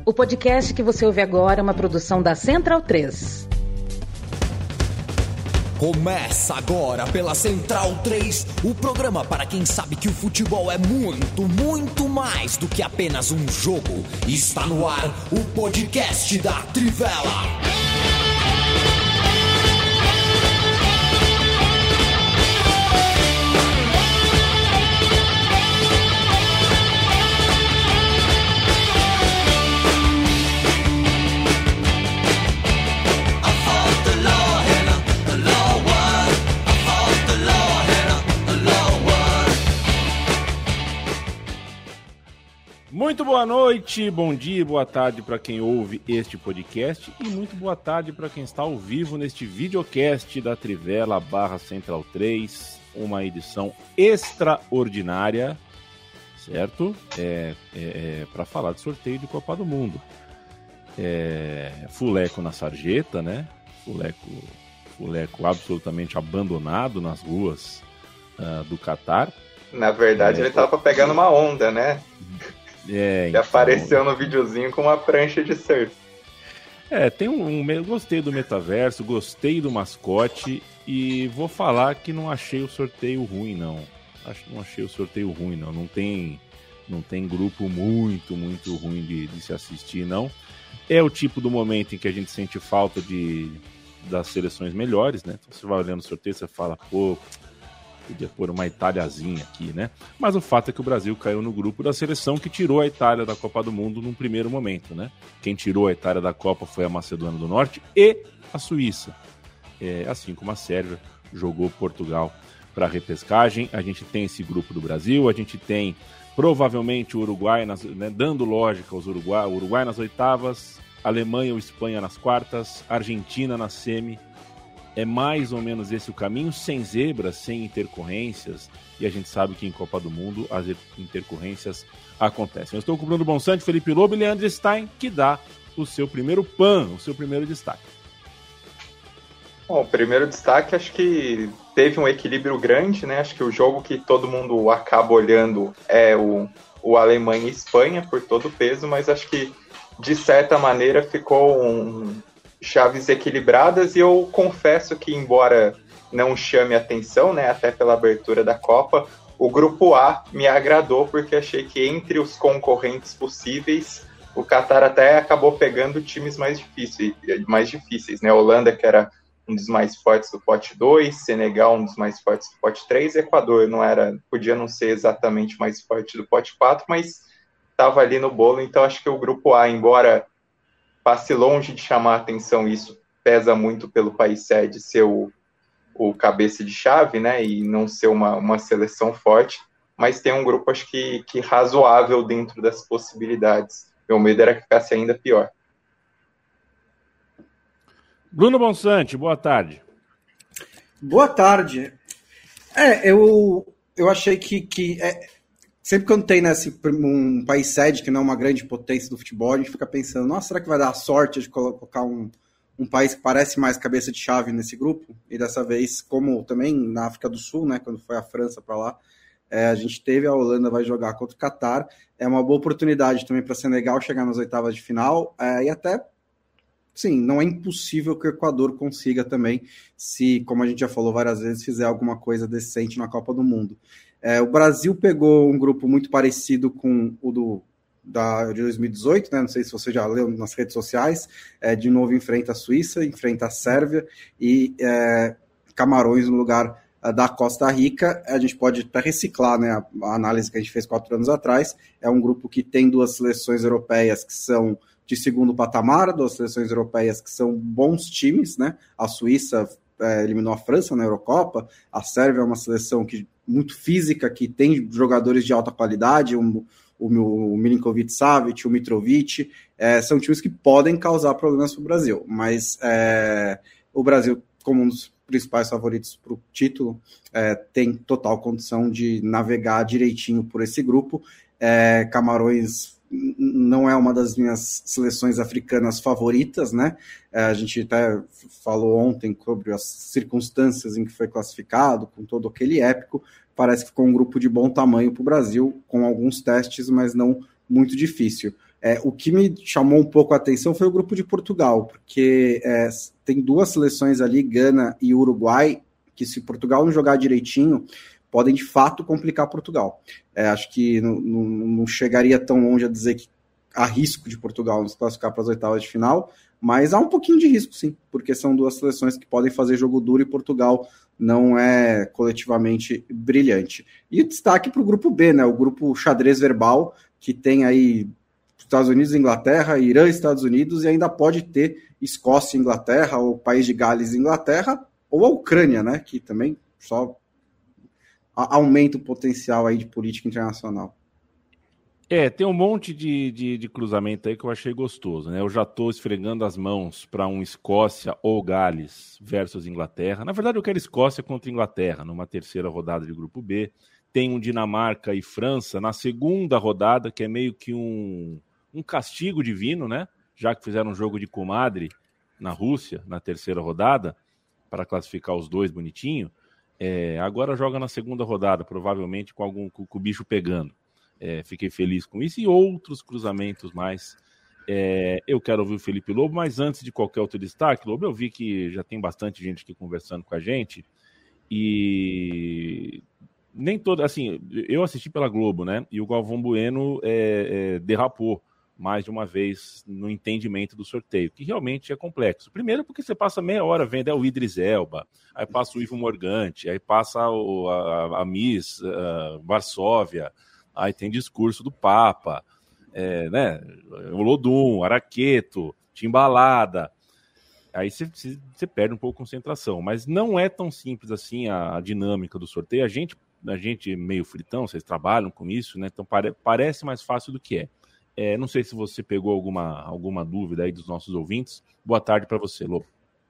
O podcast que você ouve agora é uma produção da Central 3. Começa agora pela Central 3, o programa para quem sabe que o futebol é muito, muito mais do que apenas um jogo. Está no ar o podcast da Trivela. Muito boa noite, bom dia, boa tarde para quem ouve este podcast e muito boa tarde para quem está ao vivo neste videocast da Trivela /Central 3, uma edição extraordinária, certo? Para falar de sorteio de Copa do Mundo. Fuleco na sarjeta, né? Fuleco absolutamente abandonado nas ruas do Catar. Na verdade, ele estava pegando uma onda, né? Ele apareceu no videozinho com uma prancha de surf. Gostei do metaverso, gostei do mascote e vou falar que não achei o sorteio ruim, não. Não achei o sorteio ruim, não. Não tem grupo muito ruim de se assistir, não. É o tipo do momento em que a gente sente falta das seleções melhores, né? Então, você vai olhando o sorteio e você fala, podia pôr uma Italiazinha aqui, né? Mas o fato é que o Brasil caiu no grupo da seleção que tirou a Itália da Copa do Mundo num primeiro momento, né? Quem tirou a Itália da Copa foi a Macedônia do Norte e a Suíça. Assim como a Sérvia jogou Portugal para a repescagem. A gente tem esse grupo do Brasil, a gente tem provavelmente o Uruguai, dando lógica aos o Uruguai nas oitavas, Alemanha ou Espanha nas quartas, Argentina na semi. É mais ou menos esse o caminho, sem zebras, sem intercorrências, e a gente sabe que em Copa do Mundo as intercorrências acontecem. Eu estou com o Bruno Bonsante, Felipe Lobo e Leandro Stein, que dá o seu primeiro o seu primeiro destaque. Bom, o primeiro destaque acho que teve um equilíbrio grande, né? Acho que o jogo que todo mundo acaba olhando é o Alemanha e Espanha, por todo o peso, mas acho que, de certa maneira, ficou chaves equilibradas, e eu confesso que, embora não chame atenção, né, até pela abertura da Copa, o grupo A me agradou, porque achei que entre os concorrentes possíveis, o Catar até acabou pegando times mais difíceis, né? Holanda, que era um dos mais fortes do pote 2, Senegal, um dos mais fortes do pote 3, Equador podia não ser exatamente mais forte do pote 4, mas estava ali no bolo. Então acho que o grupo A, embora passe longe de chamar a atenção, isso pesa muito pelo país sede ser o cabeça de chave, né, e não ser uma seleção forte, mas tem um grupo, acho que razoável dentro das possibilidades. Meu medo era que ficasse ainda pior. Bruno Bonsante, boa tarde. Boa tarde. Eu achei que sempre quando tem um país sede que não é uma grande potência do futebol, a gente fica pensando, nossa, será que vai dar sorte de colocar um país que parece mais cabeça de chave nesse grupo? E dessa vez, como também na África do Sul, né, quando foi a França para lá, a gente teve a Holanda, vai jogar contra o Catar. É uma boa oportunidade também para Senegal chegar nas oitavas de final, e até, sim, não é impossível que o Equador consiga também, se, como a gente já falou várias vezes, fizer alguma coisa decente na Copa do Mundo. O Brasil pegou um grupo muito parecido com o de 2018, né? Não sei se você já leu nas redes sociais. De novo enfrenta a Suíça, enfrenta a Sérvia e Camarões no lugar da Costa Rica. A gente pode até reciclar, né, a análise que a gente fez 4 anos atrás. É um grupo que tem 2 seleções europeias que são de segundo patamar, 2 seleções europeias que são bons times, né? A Suíça eliminou a França na Eurocopa, a Sérvia é uma seleção muito física, que tem jogadores de alta qualidade, o Milinkovic-Savic, o Mitrovic, são times que podem causar problemas para o Brasil, mas o Brasil, como um dos principais favoritos para o título, tem total condição de navegar direitinho por esse grupo. Camarões não é uma das minhas seleções africanas favoritas, né? A gente até falou ontem sobre as circunstâncias em que foi classificado, com todo aquele épico. Parece que ficou um grupo de bom tamanho para o Brasil, com alguns testes, mas não muito difícil. O que me chamou um pouco a atenção foi o grupo de Portugal, porque tem duas seleções ali, Gana e Uruguai, que se Portugal não jogar direitinho, podem de fato complicar Portugal. Acho que não chegaria tão longe a dizer que há risco de Portugal nos classificar para as oitavas de final, mas há um pouquinho de risco sim, porque são duas seleções que podem fazer jogo duro e Portugal não é coletivamente brilhante. E destaque para o grupo B, né? O grupo xadrez verbal, que tem aí Estados Unidos e Inglaterra, Irã e Estados Unidos, e ainda pode ter Escócia e Inglaterra, ou País de Gales e Inglaterra, ou a Ucrânia, né? Que também só aumenta o potencial aí de política internacional. Tem um monte de cruzamento aí que eu achei gostoso, né? Eu já estou esfregando as mãos para um Escócia ou Gales versus Inglaterra. Na verdade, eu quero Escócia contra Inglaterra numa terceira rodada de grupo B. Tem um Dinamarca e França na segunda rodada, que é meio que um castigo divino, né? Já que fizeram um jogo de comadre na Rússia, na terceira rodada, para classificar os dois bonitinho. Agora joga na segunda rodada, provavelmente com o bicho pegando. Fiquei feliz com isso e outros cruzamentos mais. Eu quero ouvir o Felipe Lobo, mas antes de qualquer outro destaque, Lobo, eu vi que já tem bastante gente aqui conversando com a gente e nem todo, assim, eu assisti pela Globo, né? E o Galvão Bueno derrapou mais de uma vez no entendimento do sorteio, que realmente é complexo. Primeiro porque você passa meia hora vendo o Idris Elba, aí passa o Ivo Morgante, aí passa a Miss Varsóvia, aí tem discurso do Papa, né? O Lodum, Araqueto, Timbalada. Aí você perde um pouco a concentração. Mas não é tão simples assim a dinâmica do sorteio. A gente meio fritão, vocês trabalham com isso, né? Então parece mais fácil do que é. Não sei se você pegou alguma dúvida aí dos nossos ouvintes. Boa tarde para você, Lobo.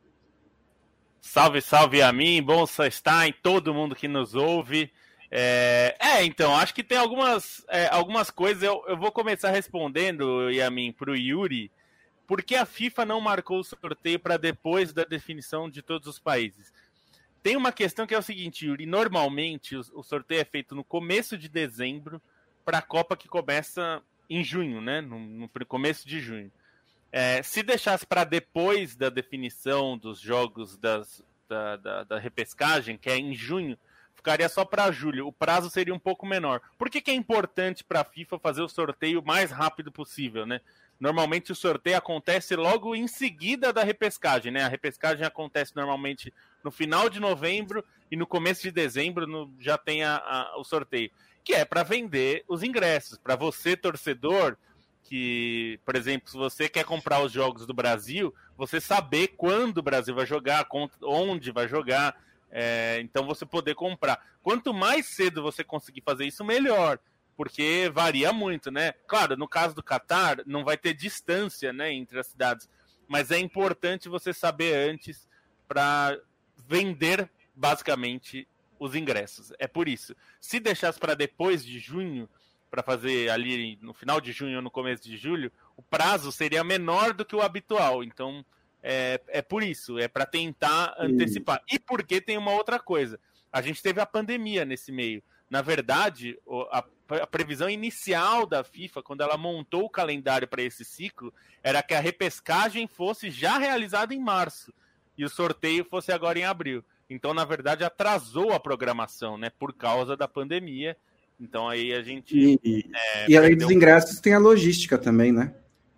Salve, salve a mim, bom estar em todo mundo que nos ouve. Então, acho que tem algumas coisas. Eu vou começar respondendo, Yamin, para o Yuri, por que a FIFA não marcou o sorteio para depois da definição de todos os países? Tem uma questão que é o seguinte, Yuri, normalmente o sorteio é feito no começo de dezembro para a Copa que começa em junho, né? No começo de junho. Se deixasse para depois da definição dos jogos da repescagem, que é em junho, ficaria só para julho. O prazo seria um pouco menor. Por que é importante para a FIFA fazer o sorteio o mais rápido possível, né? Normalmente o sorteio acontece logo em seguida da repescagem, né? A repescagem acontece normalmente no final de novembro e no começo de dezembro já tem o sorteio, que é para vender os ingressos. Para você, torcedor, que, por exemplo, se você quer comprar os jogos do Brasil, você saber quando o Brasil vai jogar, onde vai jogar, então você poder comprar. Quanto mais cedo você conseguir fazer isso, melhor, porque varia muito, né? Claro, no caso do Catar, não vai ter distância, né, entre as cidades, mas é importante você saber antes para vender, basicamente, os ingressos. É por isso. Se deixasse para depois de junho, para fazer ali no final de junho ou no começo de julho, o prazo seria menor do que o habitual. Então, é por isso. É para tentar antecipar. E porque tem uma outra coisa. A gente teve a pandemia nesse meio. Na verdade, a previsão inicial da FIFA, quando ela montou o calendário para esse ciclo, era que a repescagem fosse já realizada em março e o sorteio fosse agora em abril. Então, na verdade, atrasou a programação, né? Por causa da pandemia. Então, aí a gente... E além dos ingressos, tem a logística também, né?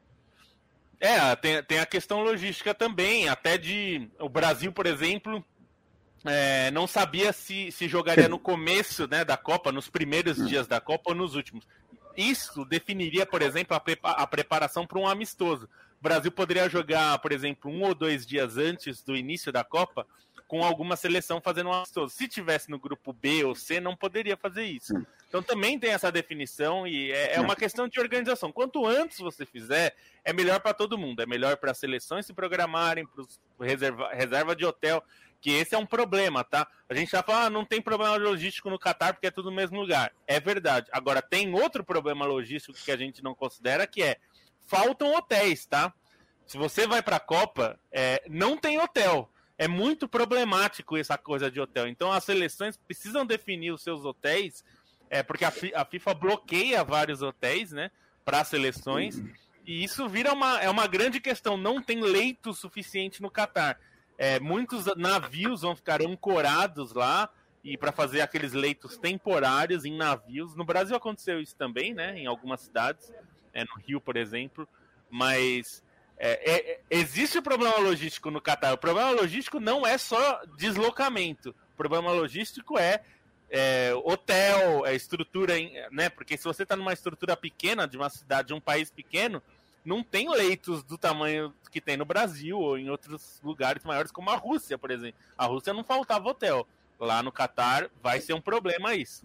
Tem a questão logística também. Até o Brasil, por exemplo, não sabia se jogaria no começo, né, da Copa, nos primeiros dias da Copa ou nos últimos. Isso definiria, por exemplo, a preparação para um amistoso. O Brasil poderia jogar, por exemplo, 1 ou 2 dias antes do início da Copa, com alguma seleção fazendo um amistoso. Se tivesse no grupo B ou C, não poderia fazer isso. Então também tem essa definição e é uma questão de organização. Quanto antes você fizer, é melhor para todo mundo. É melhor para as seleções se programarem, para os reserva de hotel, que esse é um problema, tá? A gente já fala, não tem problema logístico no Catar porque é tudo no mesmo lugar. É verdade. Agora, tem outro problema logístico que a gente não considera, que faltam hotéis, tá? Se você vai para a Copa, não tem hotel. É muito problemático essa coisa de hotel. Então, as seleções precisam definir os seus hotéis, porque a FIFA bloqueia vários hotéis, né, para as seleções. E isso vira uma grande questão. Não tem leito suficiente no Catar. Muitos navios vão ficar ancorados lá e para fazer aqueles leitos temporários em navios. No Brasil aconteceu isso também, né? Em algumas cidades, no Rio, por exemplo. Mas existe o problema logístico no Catar. O problema logístico não é só deslocamento. O problema logístico é hotel, estrutura, né? Porque se você está numa estrutura pequena de uma cidade, de um país pequeno, não tem leitos do tamanho que tem no Brasil ou em outros lugares maiores, como a Rússia, por exemplo. A Rússia não faltava hotel. Lá no Catar vai ser um problema isso.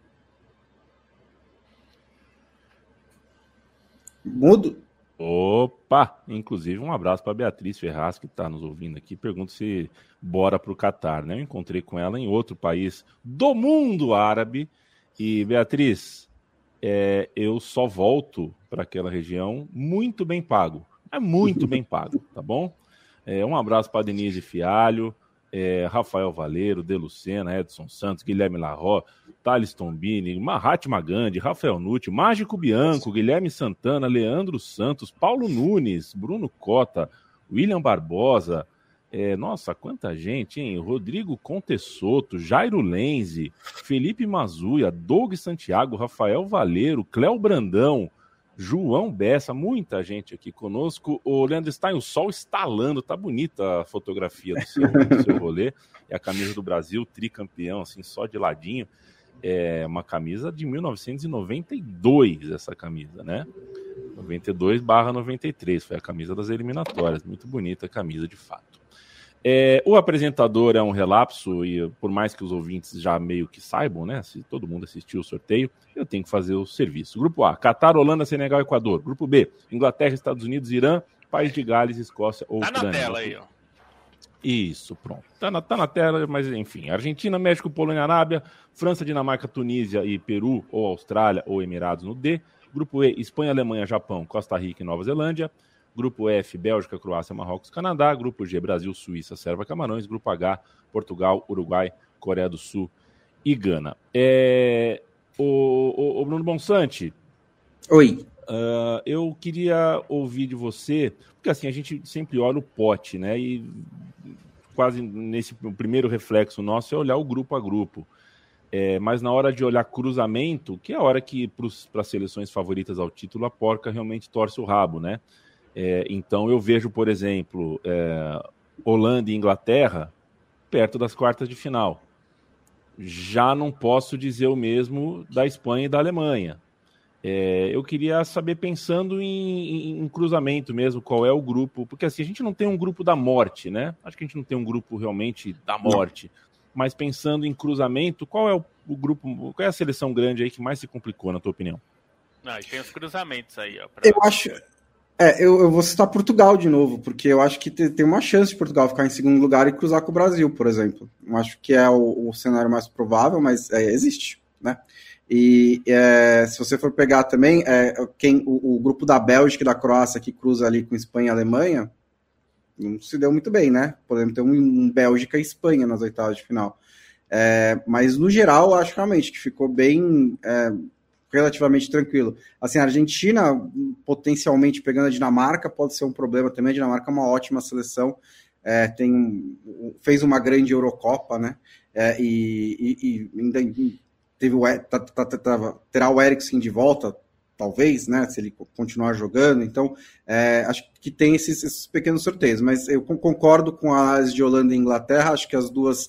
Mudo? Opa! Inclusive, um abraço para Beatriz Ferraz, que está nos ouvindo aqui. Pergunta se bora para o Catar, né? Eu encontrei com ela em outro país do mundo árabe. E, Beatriz, eu só volto para aquela região muito bem pago. É muito bem pago, tá bom? Um abraço para Denise Fialho, Rafael Valeiro, De Lucena, Edson Santos, Guilherme Larró, Thales Tombini, Mahatma Gandhi, Rafael Nutti, Mágico Bianco, Guilherme Santana, Leandro Santos, Paulo Nunes, Bruno Cota, William Barbosa, nossa, quanta gente, hein? Rodrigo Contessoto, Jairo Lenze, Felipe Mazuia, Doug Santiago, Rafael Valeiro, Cléo Brandão, João Bessa, muita gente aqui conosco. O Leandro Stein, o sol estalando, tá bonita a fotografia do seu rolê. É a camisa do Brasil, tricampeão, assim, só de ladinho. É uma camisa de 1992, essa camisa, né? 92/93, foi a camisa das eliminatórias. Muito bonita a camisa, de fato. O apresentador é um relapso, e por mais que os ouvintes já meio que saibam, né? Se todo mundo assistiu o sorteio, eu tenho que fazer o serviço. Grupo A, Catar, Holanda, Senegal, Equador. Grupo B, Inglaterra, Estados Unidos, Irã, País de Gales, Escócia ou Ucrânia. Tá na tela aí, ó. Isso, pronto. Tá na tela, mas enfim. Argentina, México, Polônia, Arábia, França, Dinamarca, Tunísia e Peru, ou Austrália ou Emirados no D. Grupo E, Espanha, Alemanha, Japão, Costa Rica e Nova Zelândia. Grupo F, Bélgica, Croácia, Marrocos, Canadá. Grupo G, Brasil, Suíça, Sérvia, Camarões. Grupo H, Portugal, Uruguai, Coreia do Sul e Gana. O Bruno Bonsante. Oi. Eu queria ouvir de você, porque assim, a gente sempre olha o pote, né? E quase nesse primeiro reflexo nosso é olhar o grupo a grupo. Mas na hora de olhar cruzamento, que é a hora que para as seleções favoritas ao título, a porca realmente torce o rabo, né? Então eu vejo, por exemplo, Holanda e Inglaterra perto das quartas de final. Já não posso dizer o mesmo da Espanha e da Alemanha. Eu queria saber, pensando em cruzamento mesmo, qual é o grupo, porque assim, a gente não tem um grupo da morte, né? Acho que a gente não tem um grupo realmente da morte, mas pensando em cruzamento, qual é o grupo, qual é a seleção grande aí que mais se complicou, na tua opinião? Não, e tem os cruzamentos aí, ó. Eu acho... eu vou citar Portugal de novo, porque eu acho que tem uma chance de Portugal ficar em segundo lugar e cruzar com o Brasil, por exemplo. Eu acho que é o cenário mais provável, mas existe, né? E se você for pegar também o grupo da Bélgica e da Croácia que cruza ali com Espanha e Alemanha, não se deu muito bem, né? Podemos ter um Bélgica e Espanha nas oitavas de final. Mas, no geral, acho realmente que ficou bem... relativamente tranquilo. Assim, a Argentina, potencialmente pegando a Dinamarca, pode ser um problema também. A Dinamarca é uma ótima seleção, fez uma grande Eurocopa, né? E ainda terá o Eriksen de volta, talvez, né? Se ele continuar jogando. Então, acho que tem esses pequenos sorteios. Mas eu concordo com a análise de Holanda e Inglaterra. Acho que as duas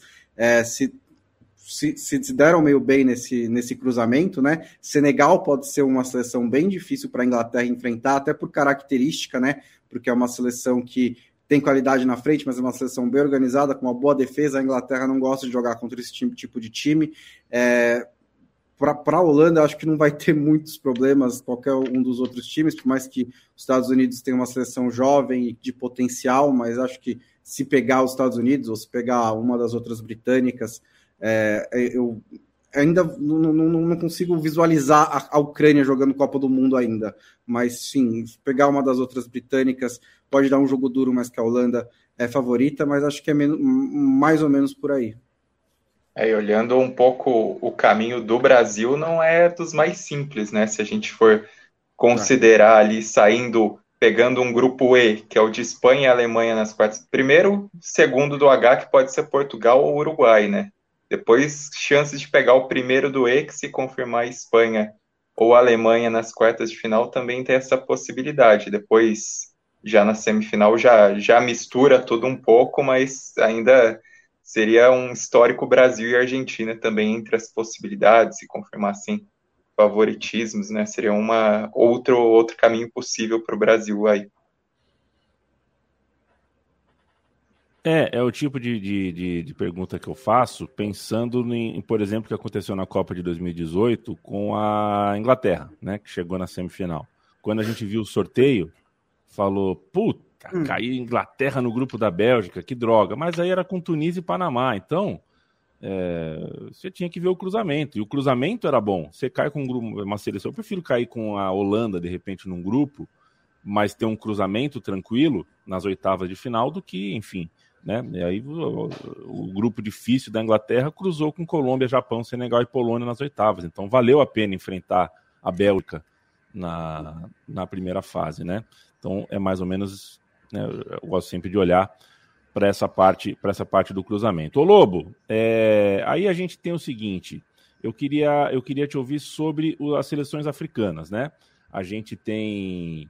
se deram meio bem nesse cruzamento, né? Senegal pode ser uma seleção bem difícil para a Inglaterra enfrentar, até por característica, né? Porque é uma seleção que tem qualidade na frente, mas é uma seleção bem organizada, com uma boa defesa. A Inglaterra não gosta de jogar contra esse tipo de time. Para a Holanda, eu acho que não vai ter muitos problemas qualquer um dos outros times, por mais que os Estados Unidos tenham uma seleção jovem e de potencial, mas acho que se pegar os Estados Unidos ou se pegar uma das outras britânicas, eu ainda não consigo visualizar a Ucrânia jogando Copa do Mundo ainda, mas sim, pegar uma das outras britânicas pode dar um jogo duro, mas que a Holanda é favorita, mas acho que é mais ou menos por aí. E olhando um pouco o caminho do Brasil, não é dos mais simples, né? Se a gente for considerar ali pegando um grupo E, que é o de Espanha e Alemanha nas quartas. Primeiro, segundo do H, que pode ser Portugal ou Uruguai, né? Depois, chances de pegar o primeiro do E, que se confirmar Espanha ou Alemanha nas quartas de final, também tem essa possibilidade. Depois, já na semifinal, já mistura tudo um pouco, mas ainda seria um histórico Brasil e Argentina também entre as possibilidades, se confirmar assim favoritismos, né? Seria outro caminho possível para o Brasil aí. É o tipo de pergunta que eu faço pensando em, por exemplo, o que aconteceu na Copa de 2018 com a Inglaterra, né, que chegou na semifinal. Quando a gente viu o sorteio, falou, puta, caiu Inglaterra no grupo da Bélgica, que droga. Mas aí era com Tunísia e Panamá, então você tinha que ver o cruzamento. E o cruzamento era bom. Você cai com uma seleção, eu prefiro cair com a Holanda, de repente, num grupo, mas ter um cruzamento tranquilo nas oitavas de final do que, enfim... Né? E aí o grupo difícil da Inglaterra cruzou com Colômbia, Japão, Senegal e Polônia nas oitavas. Então valeu a pena enfrentar a Bélgica na primeira fase, né? Então é mais ou menos, né, eu gosto sempre de olhar para essa parte do cruzamento. Ô Lobo, aí a gente tem o seguinte, eu queria te ouvir sobre as seleções africanas, né? A gente tem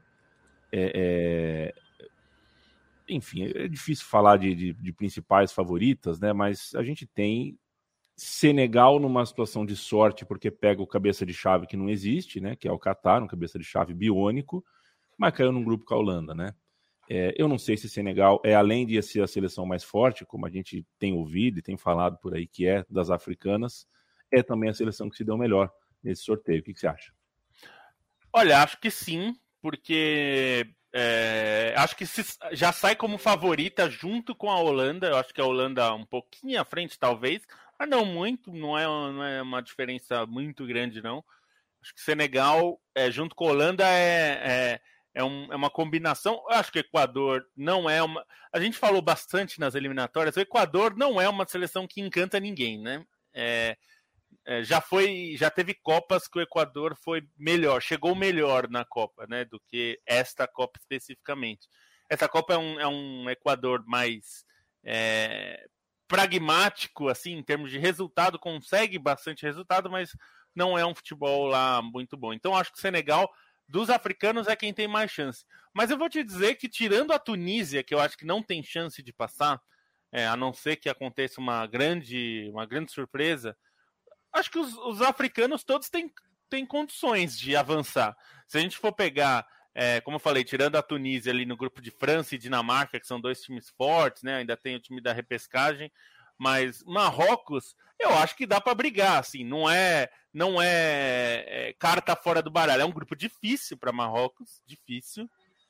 enfim, é difícil falar de principais favoritas, né? Mas a gente tem Senegal numa situação de sorte, porque pega o cabeça de chave que não existe, né? Que é o Catar, um cabeça de chave biônico, mas caiu num grupo com a Holanda, né? Eu não sei se Senegal além de ser a seleção mais forte, como a gente tem ouvido e tem falado por aí que é das africanas, é também a seleção que se deu melhor nesse sorteio. O que você acha? Olha, acho que sim, porque acho que já sai como favorita junto com a Holanda. Eu acho que a Holanda um pouquinho à frente, talvez, mas não muito, não é uma diferença muito grande, não. Acho que Senegal, junto com a Holanda, é uma combinação. Eu acho que o Equador não é uma... A gente falou bastante nas eliminatórias, o Equador não é uma seleção que encanta ninguém, né? Já teve Copas que o Equador foi melhor, chegou melhor na Copa, né, do que esta Copa especificamente. Essa Copa é um Equador mais pragmático, assim, em termos de resultado, consegue bastante resultado, mas não é um futebol lá muito bom. Então acho que o Senegal, dos africanos, é quem tem mais chance. Mas eu vou te dizer que, tirando a Tunísia, que eu acho que não tem chance de passar, a não ser que aconteça uma grande surpresa, acho que os africanos todos têm condições de avançar. Se a gente for pegar, como eu falei, tirando a Tunísia ali no grupo de França e Dinamarca, que são dois times fortes, né? Ainda tem o time da repescagem, mas Marrocos, eu acho que dá para brigar, assim, não é carta fora do baralho, é um grupo difícil para Marrocos, difícil.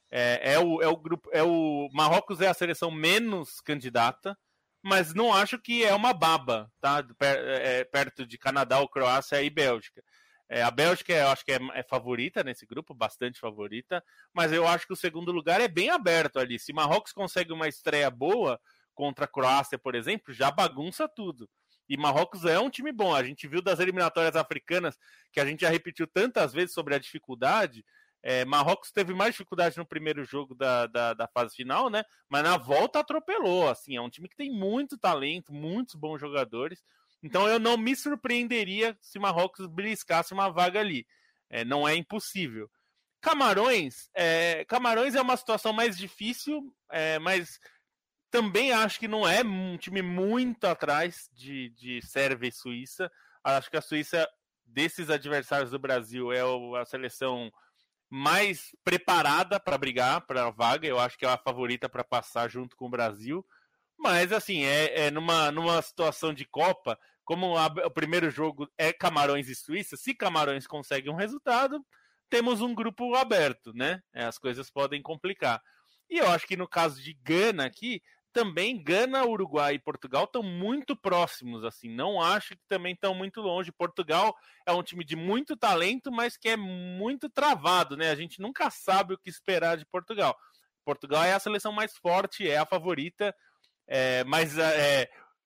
Marrocos é a seleção menos candidata, mas não acho que é uma baba, tá? Perto de Canadá, ou Croácia e Bélgica. A Bélgica eu acho que é favorita nesse grupo, bastante favorita, mas eu acho que o segundo lugar é bem aberto ali. Se Marrocos consegue uma estreia boa contra a Croácia, por exemplo, já bagunça tudo. E Marrocos é um time bom. A gente viu das eliminatórias africanas, que a gente já repetiu tantas vezes sobre a dificuldade. Marrocos teve mais dificuldade no primeiro jogo da fase final, né? Mas na volta atropelou, assim, é um time que tem muito talento, muitos bons jogadores, então eu não me surpreenderia se Marrocos beliscasse uma vaga ali, não é impossível. Camarões é uma situação mais difícil, mas também acho que não é um time muito atrás de Sérvia e Suíça. Acho que a Suíça, desses adversários do Brasil, é a seleção mais preparada para brigar para a vaga. Eu acho que é a favorita para passar junto com o Brasil. Mas, assim, numa situação de Copa, como o primeiro jogo é Camarões e Suíça, se Camarões consegue um resultado, temos um grupo aberto, né? As coisas podem complicar. E eu acho que no caso de Gana aqui, também Gana, Uruguai e Portugal estão muito próximos, assim, não acho que também estão muito longe. Portugal é um time de muito talento, mas que é muito travado, né? A gente nunca sabe o que esperar de Portugal. Portugal é a seleção mais forte, é a favorita, mas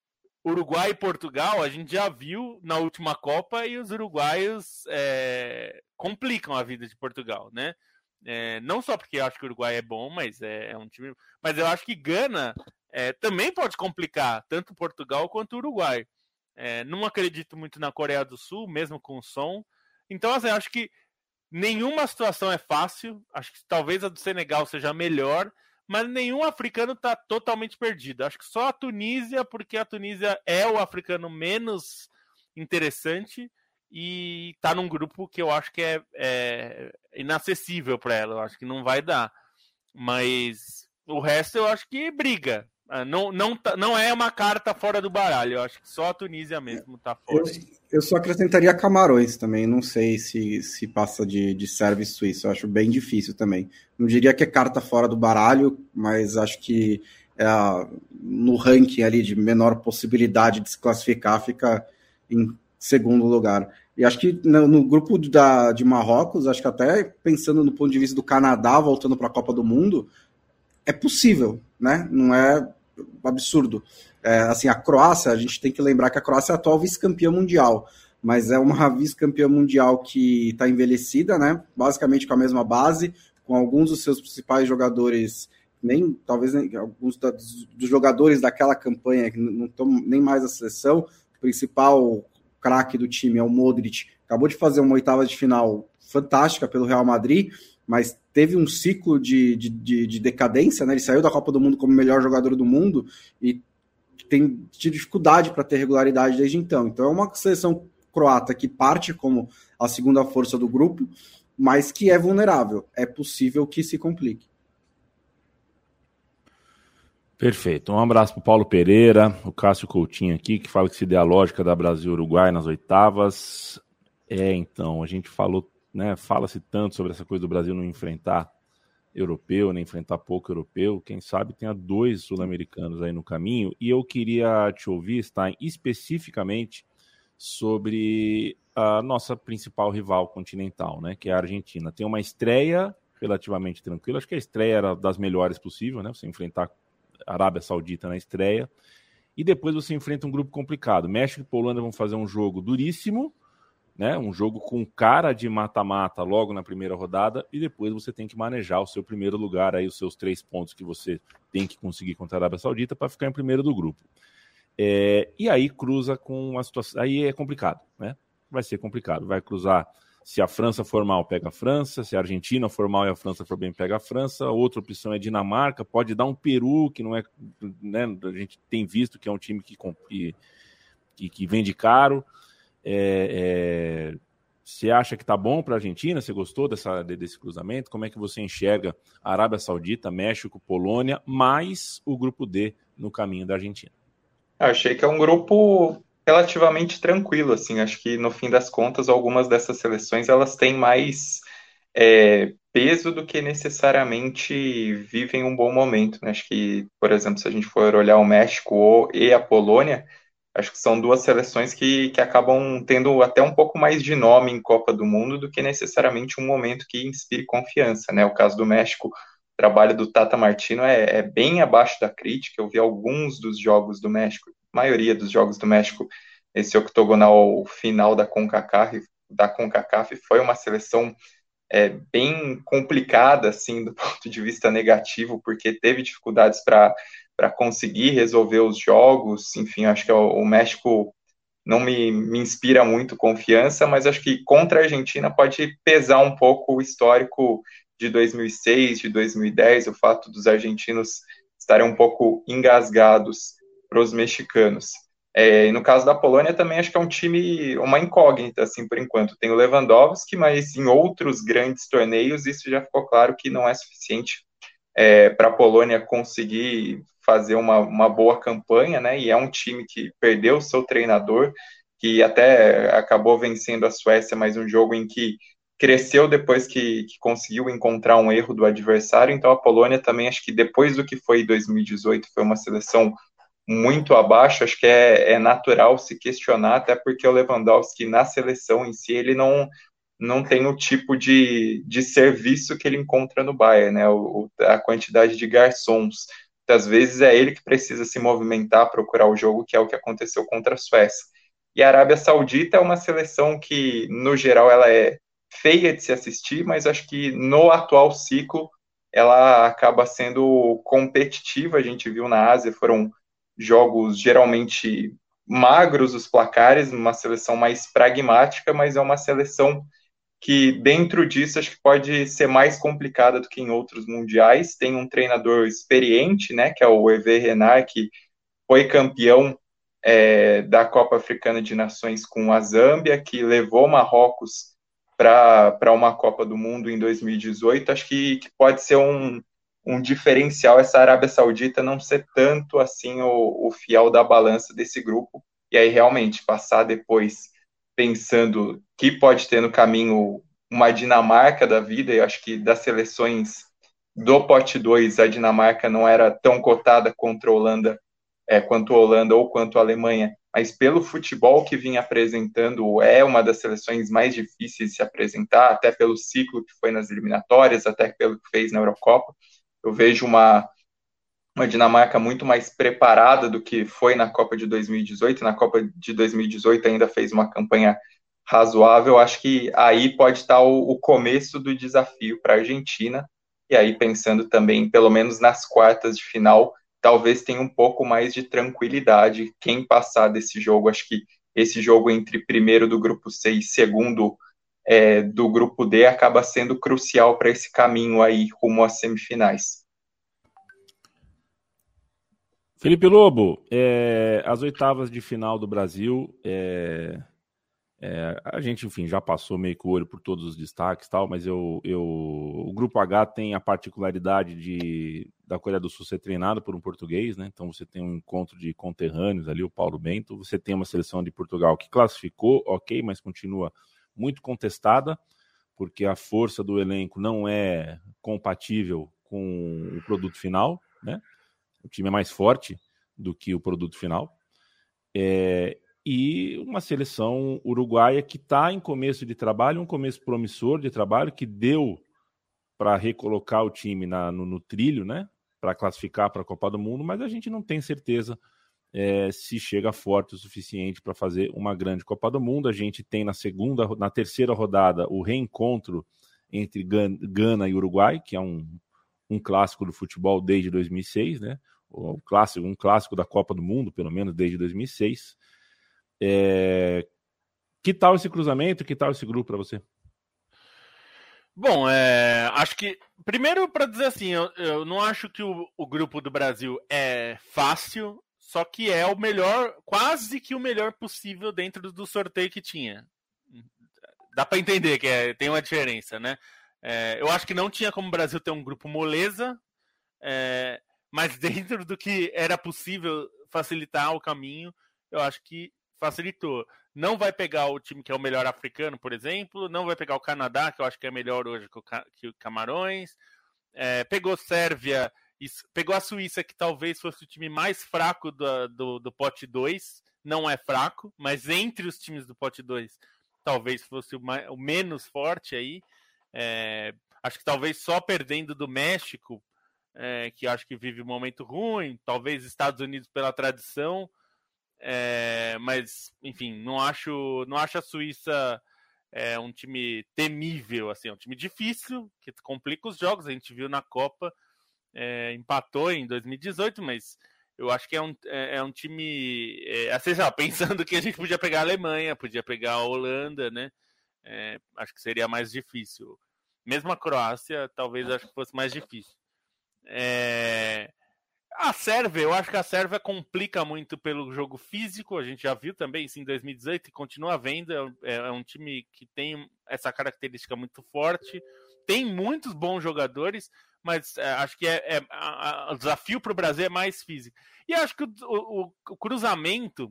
Uruguai e Portugal, a gente já viu na última Copa e os uruguaios complicam a vida de Portugal, né? Não só porque eu acho que o Uruguai é bom, mas é um time... Mas eu acho que Gana também pode complicar, tanto Portugal quanto o Uruguai. Não acredito muito na Coreia do Sul, mesmo com o som. Então, assim, acho que nenhuma situação é fácil. Acho que talvez a do Senegal seja melhor, mas nenhum africano está totalmente perdido. Acho que só a Tunísia, porque a Tunísia é o africano menos interessante e está num grupo que eu acho que é inacessível para ela. Eu acho que não vai dar. Mas o resto eu acho que briga. Não é uma carta fora do baralho. Eu acho que só a Tunísia mesmo está fora. Eu só acrescentaria Camarões também. Não sei se passa de Sérvia e Suíça. Eu acho bem difícil também. Não diria que é carta fora do baralho, mas acho que no ranking ali de menor possibilidade de se classificar fica em segundo lugar. E acho que no grupo de Marrocos, acho que até pensando no ponto de vista do Canadá voltando para a Copa do Mundo, é possível, né? Não é absurdo. Assim, a Croácia, a gente tem que lembrar que a Croácia é a atual vice-campeã mundial, mas é uma vice-campeã mundial que está envelhecida, né? Basicamente com a mesma base, com alguns dos seus principais jogadores, talvez alguns dos jogadores daquela campanha que não estão nem mais na seleção. O principal craque do time é o Modric, acabou de fazer uma oitava de final fantástica pelo Real Madrid, mas teve um ciclo de decadência, né? Ele saiu da Copa do Mundo como melhor jogador do mundo e tem tido dificuldade para ter regularidade desde então. Então é uma seleção croata que parte como a segunda força do grupo, mas que é vulnerável. É possível que se complique. Perfeito. Um abraço para o Paulo Pereira, o Cássio Coutinho aqui, que fala que se der a lógica da Brasil-Uruguai nas oitavas. Então, a gente falou, né, fala-se tanto sobre essa coisa do Brasil não enfrentar europeu, nem enfrentar pouco europeu. Quem sabe tenha 2 sul-americanos aí no caminho. E eu queria te ouvir, Stein, especificamente sobre a nossa principal rival continental, né, que é a Argentina. Tem uma estreia relativamente tranquila. Acho que a estreia era das melhores possível, né? Você enfrentar a Arábia Saudita na estreia, e depois você enfrenta um grupo complicado. México e Polônia vão fazer um jogo duríssimo, né? Um jogo com cara de mata-mata logo na primeira rodada, e depois você tem que manejar o seu primeiro lugar, aí, os seus 3 pontos que você tem que conseguir contra a Arábia Saudita para ficar em primeiro do grupo. E aí cruza com uma situação... Aí é complicado, né? Vai ser complicado. Vai cruzar... Se a França for mal, pega a França. Se a Argentina for mal e a França for bem, pega a França. Outra opção é Dinamarca. Pode dar um Peru, que não é... Né, a gente tem visto que é um time que vende caro. Você acha que tá bom para a Argentina? Você gostou desse cruzamento? Como é que você enxerga a Arábia Saudita, México, Polônia, mais o grupo D no caminho da Argentina? Eu achei que é um grupo relativamente tranquilo, assim. Acho que no fim das contas algumas dessas seleções elas têm mais peso do que necessariamente vivem um bom momento, né? Acho que, por exemplo, se a gente for olhar o México e a Polônia, acho que são 2 seleções que acabam tendo até um pouco mais de nome em Copa do Mundo do que necessariamente um momento que inspire confiança, né? O caso do México, o trabalho do Tata Martino é bem abaixo da crítica. Eu vi alguns dos jogos do México, a maioria dos jogos do México, esse octogonal final da CONCACAF foi uma seleção bem complicada, assim, do ponto de vista negativo, porque teve dificuldades para conseguir resolver os jogos. Enfim, acho que o México não me inspira muito confiança, mas acho que contra a Argentina pode pesar um pouco o histórico de 2006, de 2010, o fato dos argentinos estarem um pouco engasgados para os mexicanos. E no caso da Polônia também acho que é um time, uma incógnita, assim, por enquanto. Tem o Lewandowski, mas em outros grandes torneios isso já ficou claro que não é suficiente para a Polônia conseguir fazer uma boa campanha, né? E é um time que perdeu o seu treinador, que até acabou vencendo a Suécia, mas um jogo em que cresceu depois que conseguiu encontrar um erro do adversário. Então a Polônia também, acho que depois do que foi 2018, foi uma seleção muito abaixo. Acho que é natural se questionar, até porque o Lewandowski na seleção em si, ele não tem o tipo de serviço que ele encontra no Bayern, né? A quantidade de garçons muitas vezes é ele que precisa se movimentar, procurar o jogo, que é o que aconteceu contra a Suécia. E a Arábia Saudita é uma seleção que, no geral, ela é feia de se assistir, mas acho que no atual ciclo ela acaba sendo competitiva. A gente viu na Ásia, foram jogos geralmente magros os placares, uma seleção mais pragmática, mas é uma seleção que dentro disso acho que pode ser mais complicada do que em outros mundiais. Tem um treinador experiente, né, que é o Hervé Renard, que foi campeão da Copa Africana de Nações com a Zâmbia, que levou Marrocos para uma Copa do Mundo em 2018. Acho que pode ser um diferencial essa Arábia Saudita não ser tanto assim o fiel da balança desse grupo, e aí realmente passar depois pensando que pode ter no caminho uma Dinamarca da vida. Eu acho que das seleções do pote 2, a Dinamarca não era tão cotada contra a Holanda, quanto a Holanda ou quanto a Alemanha, mas pelo futebol que vinha apresentando, é uma das seleções mais difíceis de se apresentar, até pelo ciclo que foi nas eliminatórias, até pelo que fez na Eurocopa. Eu vejo uma Dinamarca muito mais preparada do que foi na Copa de 2018. Na Copa de 2018 ainda fez uma campanha razoável. Acho que aí pode estar o começo do desafio para a Argentina. E aí, pensando também, pelo menos nas quartas de final, talvez tenha um pouco mais de tranquilidade quem passar desse jogo. Acho que esse jogo entre primeiro do grupo C e segundo do grupo D acaba sendo crucial para esse caminho aí rumo às semifinais. Felipe Lobo, as oitavas de final do Brasil, a gente, enfim, já passou meio que o olho por todos os destaques e tal, mas o Grupo H tem a particularidade da Coreia do Sul ser treinado por um português, né? Então você tem um encontro de conterrâneos ali, o Paulo Bento, você tem uma seleção de Portugal que classificou, ok, mas continua muito contestada, porque a força do elenco não é compatível com o produto final, né? O time é mais forte do que o produto final. E uma seleção uruguaia que está em começo de trabalho, um começo promissor de trabalho, que deu para recolocar o time no trilho, né? Para classificar para a Copa do Mundo, mas a gente não tem certeza se chega forte o suficiente para fazer uma grande Copa do Mundo. A gente tem na terceira rodada o reencontro entre Gana e Uruguai, que é um clássico do futebol desde 2006, né? Um clássico da Copa do Mundo, pelo menos desde 2006. Que tal esse cruzamento? Que tal esse grupo para você? Bom, acho que, primeiro para dizer assim, eu não acho que o grupo do Brasil é fácil, só que é o melhor, quase que o melhor possível dentro do sorteio que tinha. Dá para entender que tem uma diferença, né? Eu acho que não tinha como o Brasil ter um grupo moleza, mas dentro do que era possível facilitar o caminho, eu acho que facilitou. Não vai pegar o time que é o melhor africano, por exemplo, não vai pegar o Canadá, que eu acho que é melhor hoje que o Camarões, pegou Sérvia, pegou a Suíça, que talvez fosse o time mais fraco do pote 2, não é fraco, mas entre os times do pote 2, talvez fosse o menos forte aí. Acho que talvez só perdendo do México, que acho que vive um momento ruim, talvez Estados Unidos pela tradição, mas, enfim, não acho a Suíça um time temível, assim, é um time difícil, que complica os jogos. A gente viu na Copa, empatou em 2018, mas eu acho que é um time, assim, pensando que a gente podia pegar a Alemanha, podia pegar a Holanda, né? Acho que seria mais difícil. Mesmo a Croácia, talvez acho que fosse mais difícil. A Sérvia, eu acho que a Sérvia complica muito pelo jogo físico. A gente já viu também isso em 2018 e continua vendo. É um time que tem essa característica muito forte. Tem muitos bons jogadores, mas acho que o desafio para o Brasil é mais físico. E acho que o cruzamento...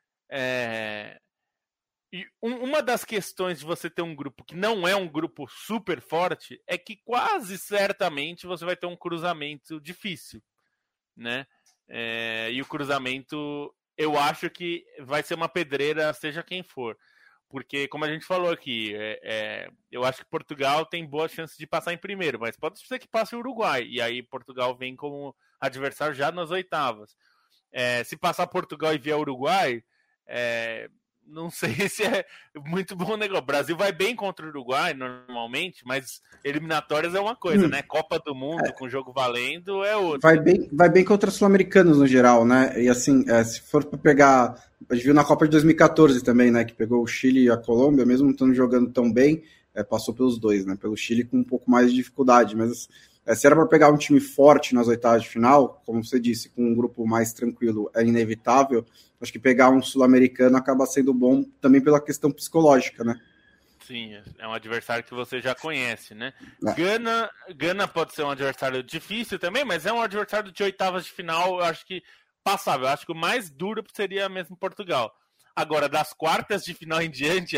E uma das questões de você ter um grupo que não é um grupo super forte é que quase certamente você vai ter um cruzamento difícil, né? E o cruzamento, eu acho que vai ser uma pedreira, seja quem for. porque, como a gente falou aqui, eu acho que Portugal tem boas chances de passar em primeiro, mas pode ser que passe o Uruguai, e aí Portugal vem como adversário já nas oitavas. Se passar Portugal e vier Uruguai, não sei se é muito bom negócio. O Brasil vai bem contra o Uruguai normalmente, mas eliminatórias é uma coisa, né? Copa do Mundo com jogo valendo é outra. Vai bem contra sul-americanos no geral, né? E assim, se for para pegar, a gente viu na Copa de 2014 também, né? Que pegou o Chile e a Colômbia, mesmo não estando jogando tão bem, passou pelos dois, né? Pelo Chile com um pouco mais de dificuldade, mas se era para pegar um time forte nas oitavas de final, como você disse, com um grupo mais tranquilo, é inevitável. Acho que pegar um sul-americano acaba sendo bom também pela questão psicológica, né? Sim, é um adversário que você já conhece, né? Gana pode ser um adversário difícil também, mas é um adversário de oitavas de final, eu acho que passável. Eu acho que o mais duro seria mesmo Portugal. Agora, das quartas de final em diante,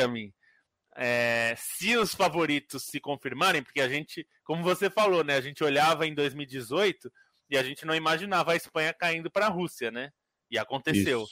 se os favoritos se confirmarem, porque a gente, como você falou, né, a gente olhava em 2018 e a gente não imaginava a Espanha caindo para a Rússia, né? E aconteceu.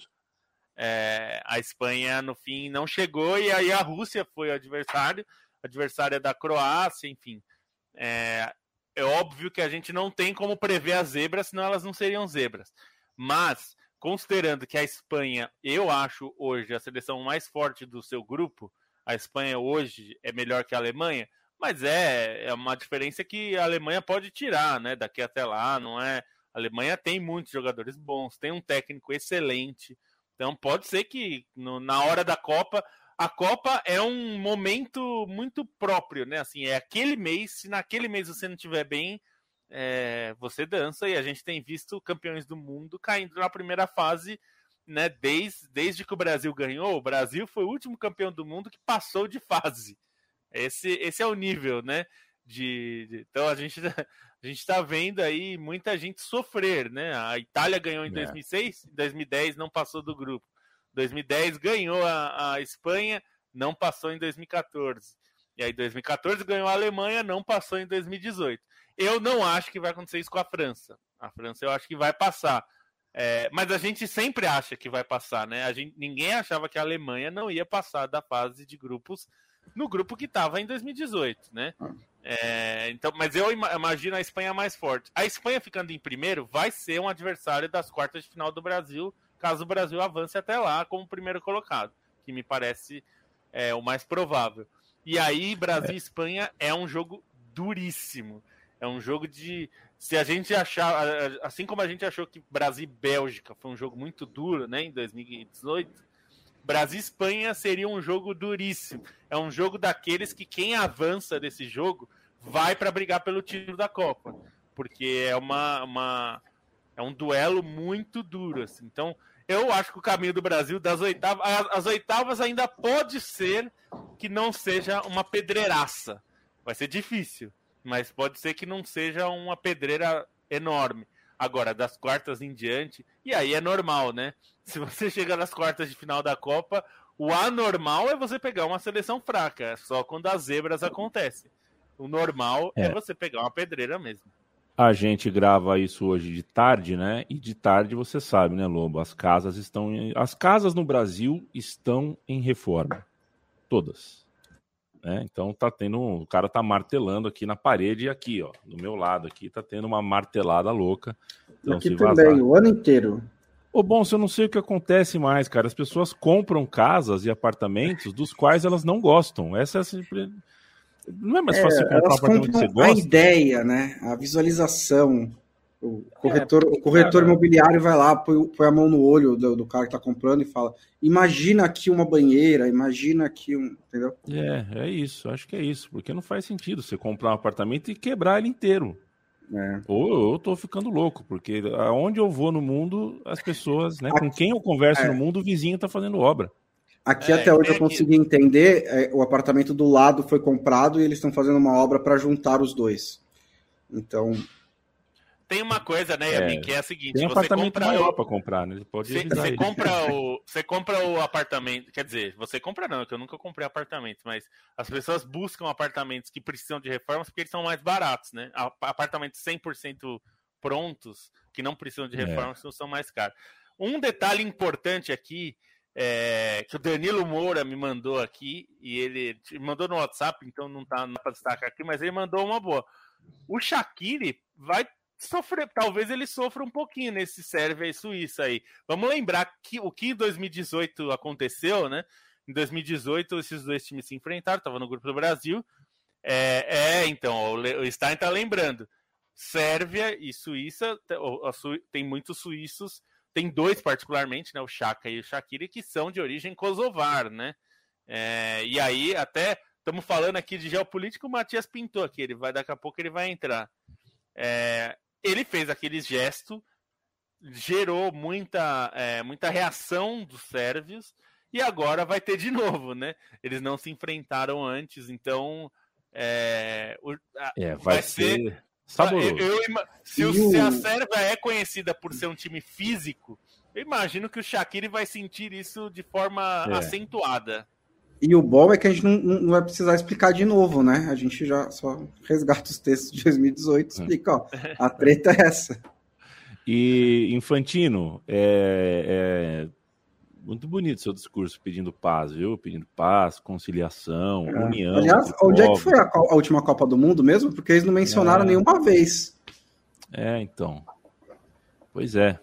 A Espanha, no fim, não chegou, e aí a Rússia foi o adversária da Croácia, enfim. É óbvio que a gente não tem como prever as zebras, senão elas não seriam zebras. Mas, considerando que a Espanha, eu acho hoje a seleção mais forte do seu grupo, a Espanha hoje é melhor que a Alemanha, mas é uma diferença que a Alemanha pode tirar, né? Daqui até lá, não é? A Alemanha tem muitos jogadores bons, tem um técnico excelente, então pode ser que na hora da Copa, a Copa é um momento muito próprio, né? Assim, é aquele mês, se naquele mês você não estiver bem, você dança, e a gente tem visto campeões do mundo caindo na primeira fase, né? Desde que o Brasil ganhou, o Brasil foi o último campeão do mundo que passou de fase. Esse é o nível, né? Então a gente está vendo aí muita gente sofrer, né? A Itália ganhou em 2006, em 2010 não passou do grupo. 2010 ganhou a Espanha, não passou em 2014. E aí 2014 ganhou a Alemanha, não passou em 2018. Eu não acho que vai acontecer isso com a França. A França eu acho que vai passar. Mas a gente sempre acha que vai passar, né? Ninguém achava que a Alemanha não ia passar da fase de grupos no grupo que estava em 2018, né? Então, mas eu imagino a Espanha mais forte. A Espanha ficando em primeiro vai ser um adversário das quartas de final do Brasil, caso o Brasil avance até lá como primeiro colocado, que me parece o mais provável. E aí, Brasil e Espanha é um jogo duríssimo. É um jogo se a gente achar, assim como a gente achou que Brasil e Bélgica foi um jogo muito duro, né, em 2018, Brasil e Espanha seria um jogo duríssimo. É um jogo daqueles que quem avança desse jogo vai para brigar pelo título da Copa, porque é um duelo muito duro, assim. Então, eu acho que o caminho do Brasil das oitavas, as oitavas ainda pode ser que não seja uma pedreiraça. Vai ser difícil, mas pode ser que não seja uma pedreira enorme. Agora, das quartas em diante, e aí é normal, né? Se você chega nas quartas de final da Copa, o anormal é você pegar uma seleção fraca, é só quando as zebras acontecem. O normal é você pegar uma pedreira mesmo. A gente grava isso hoje de tarde, né? E de tarde você sabe, né, Lobo? As casas no Brasil estão em reforma. Todas. Então o cara tá martelando aqui na parede e aqui, ó, do meu lado aqui, tá tendo uma martelada louca. Então, aqui também, o ano inteiro. Bom, eu não sei o que acontece mais, cara. As pessoas compram casas e apartamentos dos quais elas não gostam. Essa é sempre... Não é mais fácil comprar um apartamento que você gosta? A ideia, né? A visualização. O corretor imobiliário vai lá, põe a mão no olho do cara que tá comprando e fala: imagina aqui uma banheira, imagina aqui entendeu? É isso, acho que é isso, porque não faz sentido você comprar um apartamento e quebrar ele inteiro. Ou eu tô ficando louco, porque aonde eu vou no mundo, as pessoas, né, com quem eu converso no mundo, o vizinho tá fazendo obra. Aqui até onde eu consegui entender, o apartamento do lado foi comprado e eles estão fazendo uma obra para juntar os dois. Então... Tem uma coisa, né, Yamin, que é a seguinte... Tem um apartamento maior para comprar, né? Você compra o apartamento... Quer dizer, você compra não, que eu nunca comprei apartamento, mas as pessoas buscam apartamentos que precisam de reformas porque eles são mais baratos, né? Apartamentos 100% prontos, que não precisam de reformas, são mais caros. Um detalhe importante aqui, que o Danilo Moura me mandou aqui, e ele mandou no WhatsApp, então não tá para destacar aqui, mas ele mandou uma boa. O Shaqiri vai sofrer, talvez ele sofra um pouquinho nesse Sérvia e Suíça aí. Vamos lembrar que o que em 2018 aconteceu, né? Em 2018 esses dois times se enfrentaram, estava no grupo do Brasil. Então, o Stein tá lembrando. Sérvia e Suíça, tem muitos suíços, tem dois particularmente, né, o Xhaka e o Shaqiri, que são de origem kosovar, né? E aí, até estamos falando aqui de geopolítica, o Matias pintou aqui, daqui a pouco ele vai entrar. Ele fez aquele gesto, gerou muita reação dos sérvios, e agora vai ter de novo, né? Eles não se enfrentaram antes, então vai ser saboroso. Se a Sérvia é conhecida por ser um time físico, eu imagino que o Shaqiri vai sentir isso de forma acentuada. E o bom é que a gente não vai precisar explicar de novo, né? A gente já só resgata os textos de 2018 e explica, ó, a treta é essa. E, Infantino, muito bonito seu discurso pedindo paz, viu? Pedindo paz, conciliação, união. Aliás, onde é que foi a última Copa do Mundo mesmo? Porque eles não mencionaram nenhuma vez. Então. Pois é.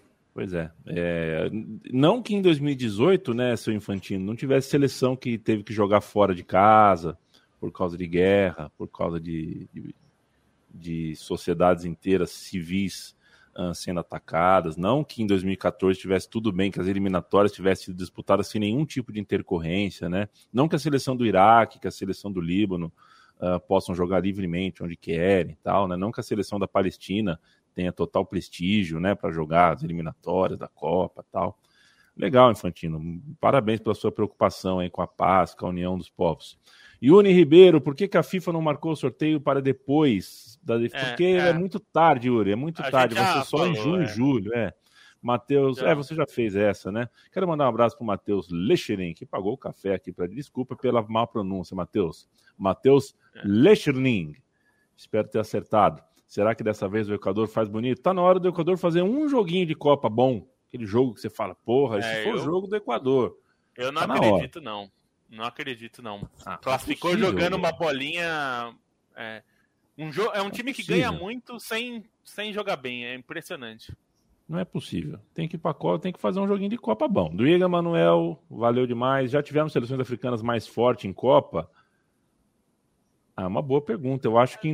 Não que em 2018, né, seu Infantino, não tivesse seleção que teve que jogar fora de casa por causa de guerra, por causa de sociedades inteiras civis sendo atacadas. Não que em 2014 tivesse tudo bem, que as eliminatórias tivessem sido disputadas sem nenhum tipo de intercorrência, né? Não que a seleção do Iraque, que a seleção do Líbano possam jogar livremente onde querem e tal, né? Não que a seleção da Palestina tenha total prestígio, né, para jogar as eliminatórias da Copa e tal. Legal, Infantino. Parabéns pela sua preocupação aí com a paz, com a união dos povos. Yuri Ribeiro, por que a FIFA não marcou o sorteio para depois? Porque é muito tarde, Yuri, é muito tarde. Vai ser só em junho e julho, Matheus, você já fez essa, né? Quero mandar um abraço para o Matheus Lecherin, que pagou o café aqui para desculpa pela má pronúncia, Matheus. Matheus Lecherin. Espero ter acertado. Será que dessa vez o Equador faz bonito? Tá na hora do Equador fazer um joguinho de Copa bom. Aquele jogo que você fala, porra, esse foi o jogo do Equador. Eu não acredito, não. Não acredito, não. Classificou possível, jogando uma bolinha... É um time que ganha muito sem jogar bem. É impressionante. Não é possível. Tem que ir pra Copa, tem que fazer um joguinho de Copa bom. Duíga, Manuel, valeu demais. Já tivemos seleções africanas mais fortes em Copa? Uma boa pergunta. Eu acho que em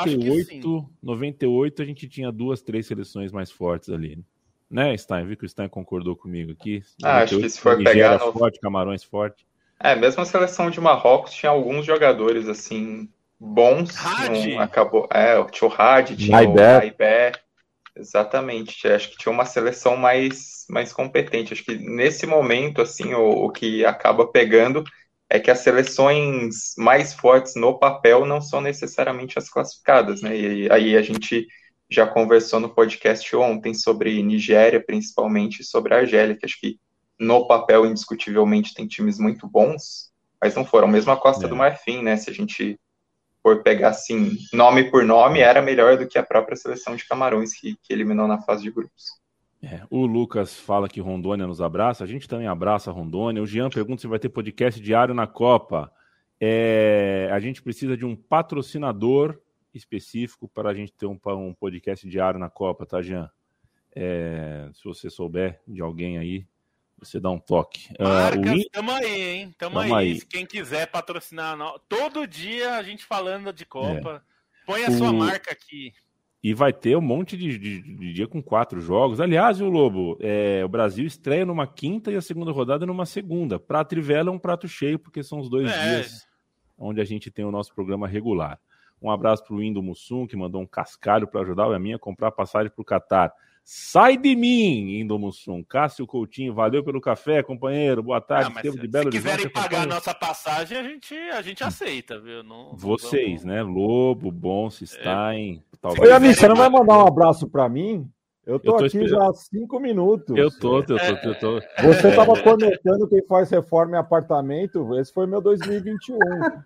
98 a gente tinha 2, 3 seleções mais fortes ali. Né, Stein? Vi que o Stein concordou comigo aqui. Acho que se for pegar... forte, Camarões forte. Mesmo a seleção de Marrocos tinha alguns jogadores, assim, bons. Acabou... tinha o Hadi, tinha o Aibé. Exatamente. Acho que tinha uma seleção mais competente. Acho que nesse momento, assim, o que acaba pegando... é que as seleções mais fortes no papel não são necessariamente as classificadas, né? E aí a gente já conversou no podcast ontem sobre Nigéria, principalmente sobre a Argélia, que acho que no papel, indiscutivelmente, tem times muito bons, mas não foram. Mesmo a Costa do Marfim, né? Se a gente for pegar, assim, nome por nome, era melhor do que a própria seleção de Camarões, que eliminou na fase de grupos. O Lucas fala que Rondônia nos abraça, a gente também abraça a Rondônia. O Jean pergunta se vai ter podcast diário na Copa. A gente precisa de um patrocinador específico para a gente ter um podcast diário na Copa, tá, Jean? Se você souber de alguém aí, você dá um toque. Marcas, tamo aí, hein? Tamo aí. Quem quiser patrocinar, todo dia a gente falando de Copa, põe a sua marca aqui. E vai ter um monte de dia com 4 jogos. Aliás, o Lobo, o Brasil estreia numa quinta e a segunda rodada numa segunda. Pra Trivela é um prato cheio, porque são os 2 dias onde a gente tem o nosso programa regular. Um abraço pro Indo Mussum, que mandou um cascalho para ajudar o Yamin a comprar passagem pro Catar. Sai de mim, Indo Mussum. Cássio Coutinho, valeu pelo café, companheiro. Boa tarde. Se quiserem pagar a nossa passagem, a gente aceita, viu? Vocês, né? Lobo, Bonso, Stein. Oi, Yamin, você não vai mandar um abraço para mim? Eu tô aqui já há 5 minutos. Eu tô. Você estava comentando quem faz reforma em apartamento, esse foi meu 2021.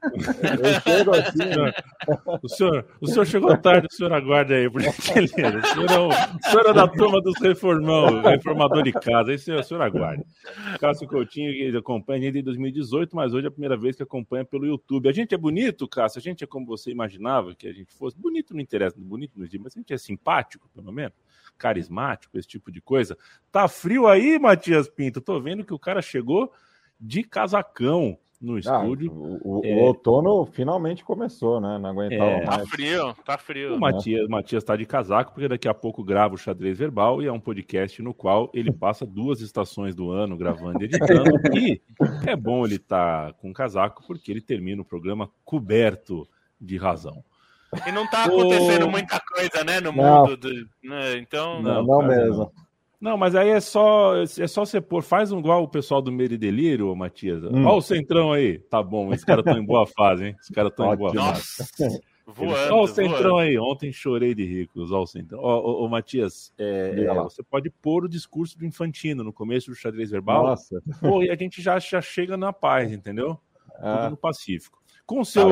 Eu chego assim. O senhor chegou tarde, o senhor aguarda aí, por gentileza. O senhor é da turma dos reformador de casa, aí o senhor aguarda. Cássio Coutinho, que acompanha desde 2018, mas hoje é a primeira vez que acompanha pelo YouTube. A gente é bonito, Cássio? A gente é como você imaginava que a gente fosse? Bonito não interessa, bonito não existe, mas a gente é simpático, pelo menos? Carismático, esse tipo de coisa. Tá frio aí, Matias Pinto? Tô vendo que o cara chegou de casacão no estúdio. O outono finalmente começou, né? Não aguentava mais. Tá frio. O Matias tá de casaco, porque daqui a pouco grava o Xadrez Verbal, e é um podcast no qual ele passa 2 estações do ano gravando e editando. E é bom ele estar com casaco, porque ele termina o programa coberto de razão. E não tá acontecendo muita coisa, né, no mundo. Então... Não mesmo. Não, mas aí é só você pôr. Faz igual o pessoal do Medo e Delírio, Matias. Olha o Centrão aí. Tá bom, esses caras estão em boa fase, hein? Os caras estão em boa fase. Voando. Olha o Centrão aí. Ontem chorei de ricos. Olha o Centrão. Ô, Matias, você pode pôr o discurso do Infantino no começo do Xadrez Verbal. Nossa. Pô, e a gente já chega na paz, entendeu? Tudo no Pacífico. Com o seu...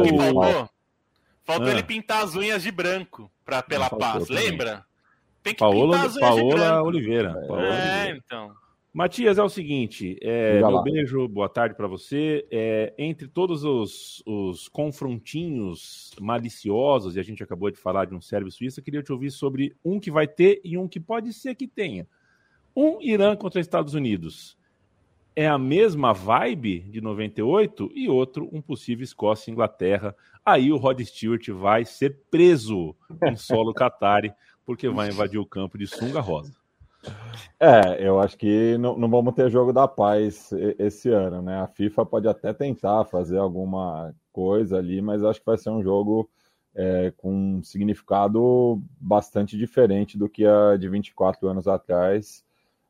Faltou ele pintar as unhas de branco pela paz, lembra? Tem que pintar as unhas de branco. Oliveira. Então. Matias, é o seguinte, meu beijo, boa tarde para você. Entre todos os confrontinhos maliciosos, e a gente acabou de falar de um Sérvia-Suíça, queria te ouvir sobre um que vai ter e um que pode ser que tenha. Um Irã contra Estados Unidos. É a mesma vibe de 98 e outro, um possível Escócia e Inglaterra. Aí o Rod Stewart vai ser preso em solo Qatari, porque vai invadir o campo de sunga rosa. Eu acho que não vamos ter jogo da paz esse ano, né? A FIFA pode até tentar fazer alguma coisa ali, mas acho que vai ser um jogo com um significado bastante diferente do que a de 24 anos atrás.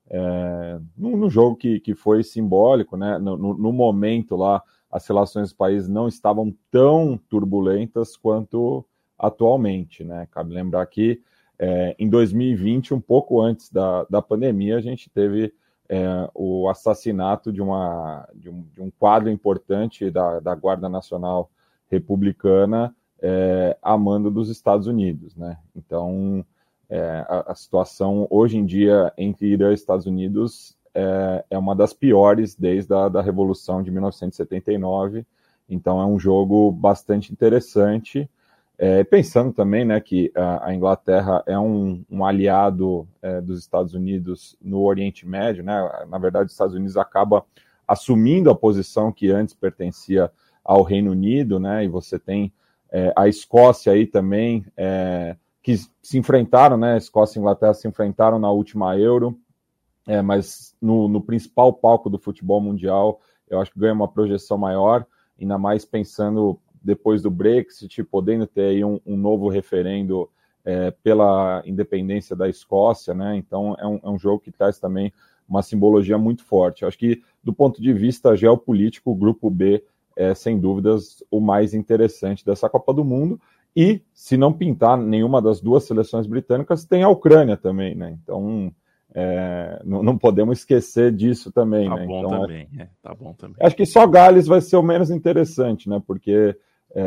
Num jogo que foi simbólico, né? No momento lá, as relações dos países não estavam tão turbulentas quanto atualmente, né? Cabe lembrar que em 2020, um pouco antes da pandemia, a gente teve o assassinato de um quadro importante da Guarda Nacional Republicana a mando dos Estados Unidos, né? Então, a situação hoje em dia entre Irã e Estados Unidos é uma das piores desde a Revolução de 1979, então é um jogo bastante interessante, pensando também, né, que a Inglaterra é um aliado dos Estados Unidos no Oriente Médio, né? Na verdade os Estados Unidos acaba assumindo a posição que antes pertencia ao Reino Unido, né? E você tem a Escócia aí também, que se enfrentaram, né? Escócia e Inglaterra se enfrentaram na última Euro, mas no principal palco do futebol mundial, eu acho que ganha uma projeção maior, ainda mais pensando depois do Brexit, podendo ter aí um novo referendo pela independência da Escócia, né? Então é um jogo que traz também uma simbologia muito forte. Eu acho que do ponto de vista geopolítico, o Grupo B é sem dúvidas o mais interessante dessa Copa do Mundo. E, se não pintar nenhuma das duas seleções britânicas, tem a Ucrânia também, né? Então, não podemos esquecer disso também, tá né? Bom então, também, tá bom também. Acho que só Gales vai ser o menos interessante, né? Porque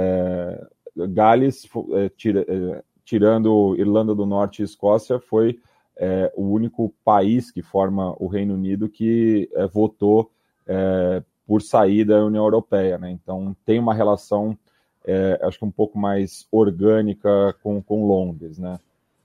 Gales, tirando Irlanda do Norte e Escócia, foi o único país que forma o Reino Unido que votou por sair da União Europeia, né? Então, tem uma relação... acho que um pouco mais orgânica com Londres, né?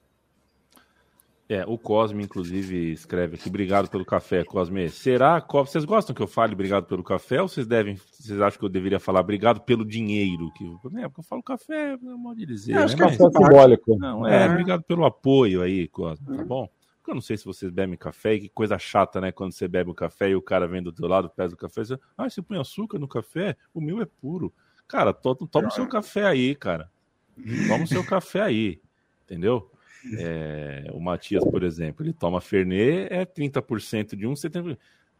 O Cosme, inclusive, escreve aqui, obrigado pelo café, Cosme. Vocês gostam que eu fale obrigado pelo café ou vocês acham que eu deveria falar obrigado pelo dinheiro? Porque eu falo café, é modo de dizer. Acho que é simbólico. Não, obrigado pelo apoio aí, Cosme, tá bom? Porque eu não sei se vocês bebem café, e que coisa chata, né? Quando você bebe o café e o cara vem do teu lado, pesa o café, você põe açúcar no café? O meu é puro. Cara, toma o seu café aí, cara. Toma o seu café aí, entendeu? O Matias, por exemplo, ele toma Fernet, 30% de um, 70%.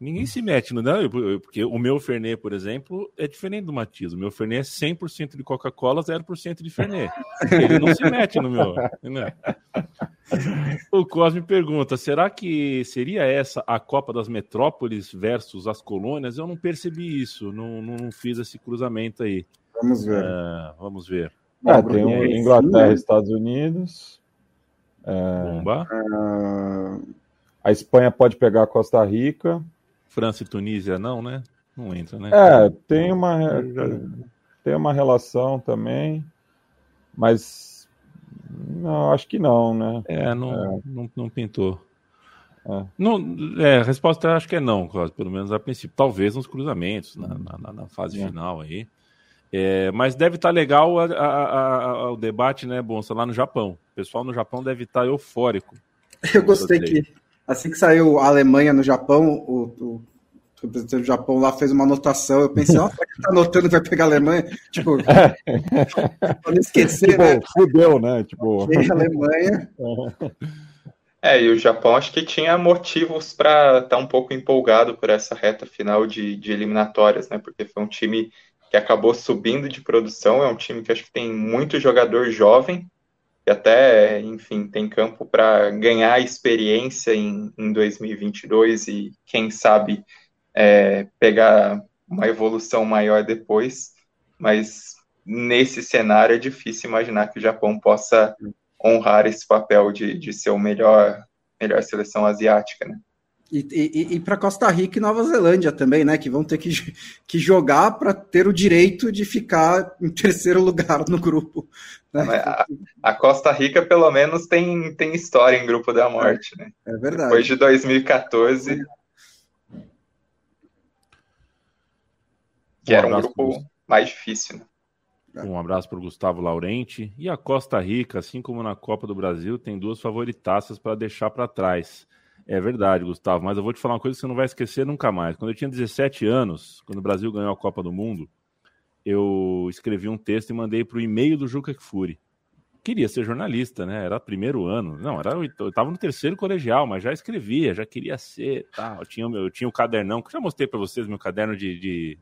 Ninguém se mete, não, porque o meu Fernet, por exemplo, é diferente do Matias. O meu Fernet é 100% de Coca-Cola, 0% de Fernet. Ele não se mete no meu. Né? O Cosme pergunta, será que seria essa a Copa das Metrópoles versus as colônias? Eu não percebi isso, não fiz esse cruzamento aí. Vamos ver. Vamos ver. Tem o Inglaterra e Estados Unidos. Bomba. A Espanha pode pegar a Costa Rica. França e Tunísia não, né? Não entra, né? Tem uma relação também, mas não, acho que não, né? Não pintou. Não, a resposta acho que é não, pelo menos a princípio. Talvez nos cruzamentos, na fase final aí. Mas deve estar legal o debate, né, Bonsa, lá no Japão. O pessoal no Japão deve estar eufórico. Eu gostei que, assim que saiu a Alemanha no Japão, o representante do Japão lá fez uma anotação. Eu pensei, será que ele tá anotando que vai pegar a Alemanha? Tipo, pra não esquecer, né? Fudeu, né? Tipo... a Alemanha. E o Japão acho que tinha motivos para estar um pouco empolgado por essa reta final de eliminatórias, né? Porque foi um time que acabou subindo de produção, é um time que acho que tem muito jogador jovem, e até, enfim, tem campo para ganhar experiência em 2022 e, quem sabe, pegar uma evolução maior depois, mas nesse cenário é difícil imaginar que o Japão possa honrar esse papel de ser o melhor seleção asiática, né? E para Costa Rica e Nova Zelândia também, né? Que vão ter que jogar para ter o direito de ficar em terceiro lugar no grupo. Né? A Costa Rica, pelo menos, tem história em grupo da morte, né? É verdade. Depois de 2014, que era um grupo mais difícil, né? Um abraço para o Gustavo Laurenti. E a Costa Rica, assim como na Copa do Brasil, tem 2 favoritaças para deixar para trás. É verdade, Gustavo, mas eu vou te falar uma coisa que você não vai esquecer nunca mais. Quando eu tinha 17 anos, quando o Brasil ganhou a Copa do Mundo, eu escrevi um texto e mandei para o e-mail do Juca Kfouri. Queria ser jornalista, né? Era primeiro ano. Não, eu estava no terceiro colegial, mas já escrevia, já queria ser. Tá. Eu tinha o cadernão, que eu já mostrei para vocês, meu caderno de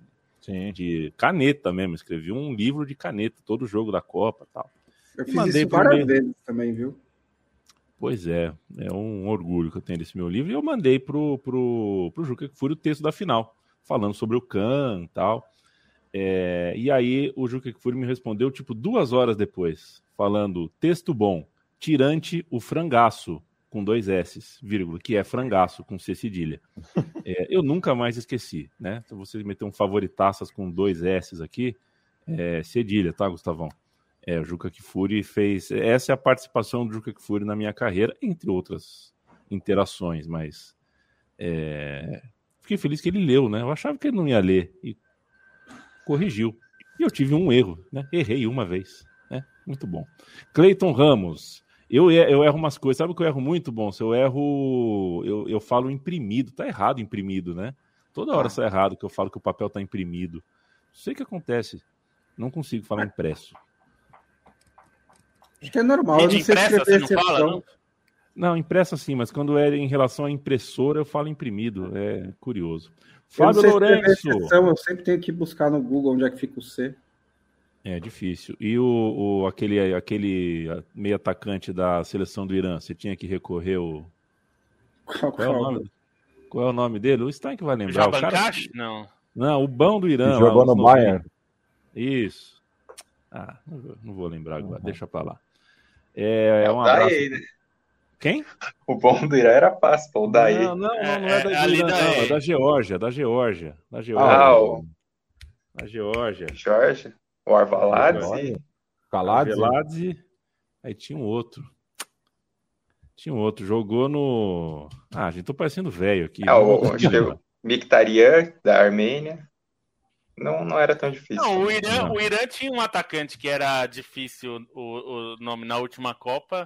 caneta mesmo. Escrevi um livro de caneta, todo jogo da Copa e tal. Eu fiz isso várias vezes também, viu? Pois é um orgulho que eu tenho desse meu livro. E eu mandei pro Juca Kfouri o texto da final, falando sobre o CAN e tal. E aí o Juca Kfouri me respondeu, 2 horas depois, falando, texto bom, tirante o frangaço, com 2 S's, vírgula, que é frangaço, com C cedilha. Eu nunca mais esqueci, né? Se você meter um favoritaças com 2 S's aqui, cedilha, tá, Gustavão? O Juca Kfouri fez... Essa é a participação do Juca Kfouri na minha carreira, entre outras interações, mas fiquei feliz que ele leu, né? Eu achava que ele não ia ler e corrigiu. E eu tive um erro, né? Errei uma vez, né? Muito bom. Cleiton Ramos, eu erro umas coisas, sabe o que eu erro muito, bom? Se eu erro, eu falo imprimido, tá errado imprimido, né? Toda hora sai errado que eu falo que o papel tá imprimido. Não sei o que acontece, não consigo falar impresso. Acho que é normal, eu não sei escrever exceção. Não, impressa sim, mas quando é em relação à impressora, eu falo imprimido. É curioso. Fábio Lourenço. Eu sempre tenho que buscar no Google onde é que fica o C. É difícil. E aquele meio atacante da seleção do Irã, você tinha que recorrer o... Qual é o nome dele? O Stein que vai lembrar. O cara... Não, o bom do Irã. Jogou no Bayern. Isso. Não vou lembrar agora. Deixa pra lá. Um abraço. Daí, né? Quem? O bom do Irã era fácil, pô. Daí. Não é da Irã, não. É da Geórgia. Da Geórgia. Da Geórgia. Geórgia. O Arveladze. Arveladze. Aí tinha um outro. Jogou no... gente, tô parecendo velho aqui. Acho que o Mkhitaryan, da Armênia. Não era tão difícil. Não, o Irã tinha um atacante que era difícil o nome na última Copa.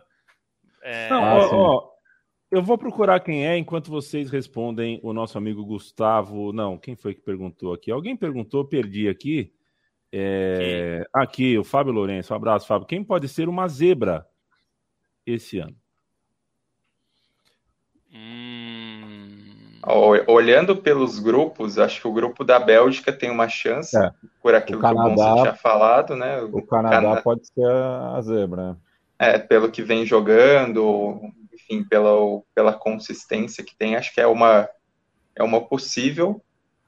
Eu vou procurar quem é enquanto vocês respondem o nosso amigo Gustavo. Não, quem foi que perguntou aqui? Alguém perguntou, perdi aqui. Aqui, o Fábio Lourenço. Um abraço, Fábio. Quem pode ser uma zebra esse ano? olhando pelos grupos, acho que o grupo da Bélgica tem uma chance, por aquilo que o Bonsa tinha falado, né? O Canadá pode ser a zebra. Pelo que vem jogando, enfim, pela consistência que tem, acho que é uma possível,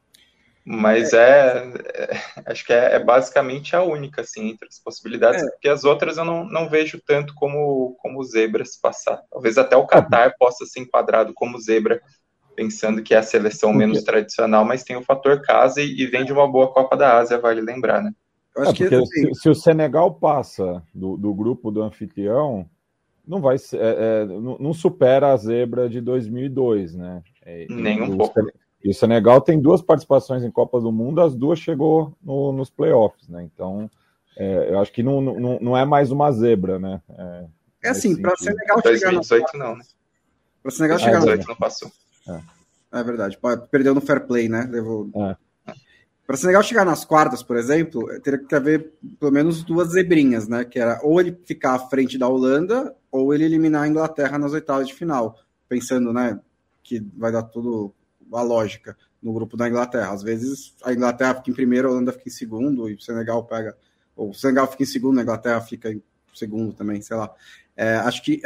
mas acho que é basicamente a única, assim, entre as possibilidades, porque as outras eu não vejo tanto como zebras passar. Talvez até o Catar possa ser enquadrado como zebra, pensando que é a seleção menos tradicional, mas tem o fator casa e vem de uma boa Copa da Ásia, vale lembrar, né? Eu acho que se o Senegal passa do grupo do anfitrião, não vai ser, não supera a zebra de 2002, né? Nem um pouco. E o Senegal tem 2 participações em Copa do Mundo, as 2 chegou nos playoffs, né? Então, eu acho que não é mais uma zebra, né? Assim, para o Senegal 2018 não, né? Para o Senegal chegar 2018 não passou. É verdade, perdeu no fair play, né? Para o Senegal chegar nas quartas, por exemplo, teria que haver pelo menos 2 zebrinhas, né? Que era ou ele ficar à frente da Holanda, ou ele eliminar a Inglaterra nas oitavas de final. Pensando, né, que vai dar tudo a lógica no grupo da Inglaterra. Às vezes a Inglaterra fica em primeiro, a Holanda fica em segundo, e o Senegal pega... Ou o Senegal fica em segundo, a Inglaterra fica em segundo também, sei lá. Acho que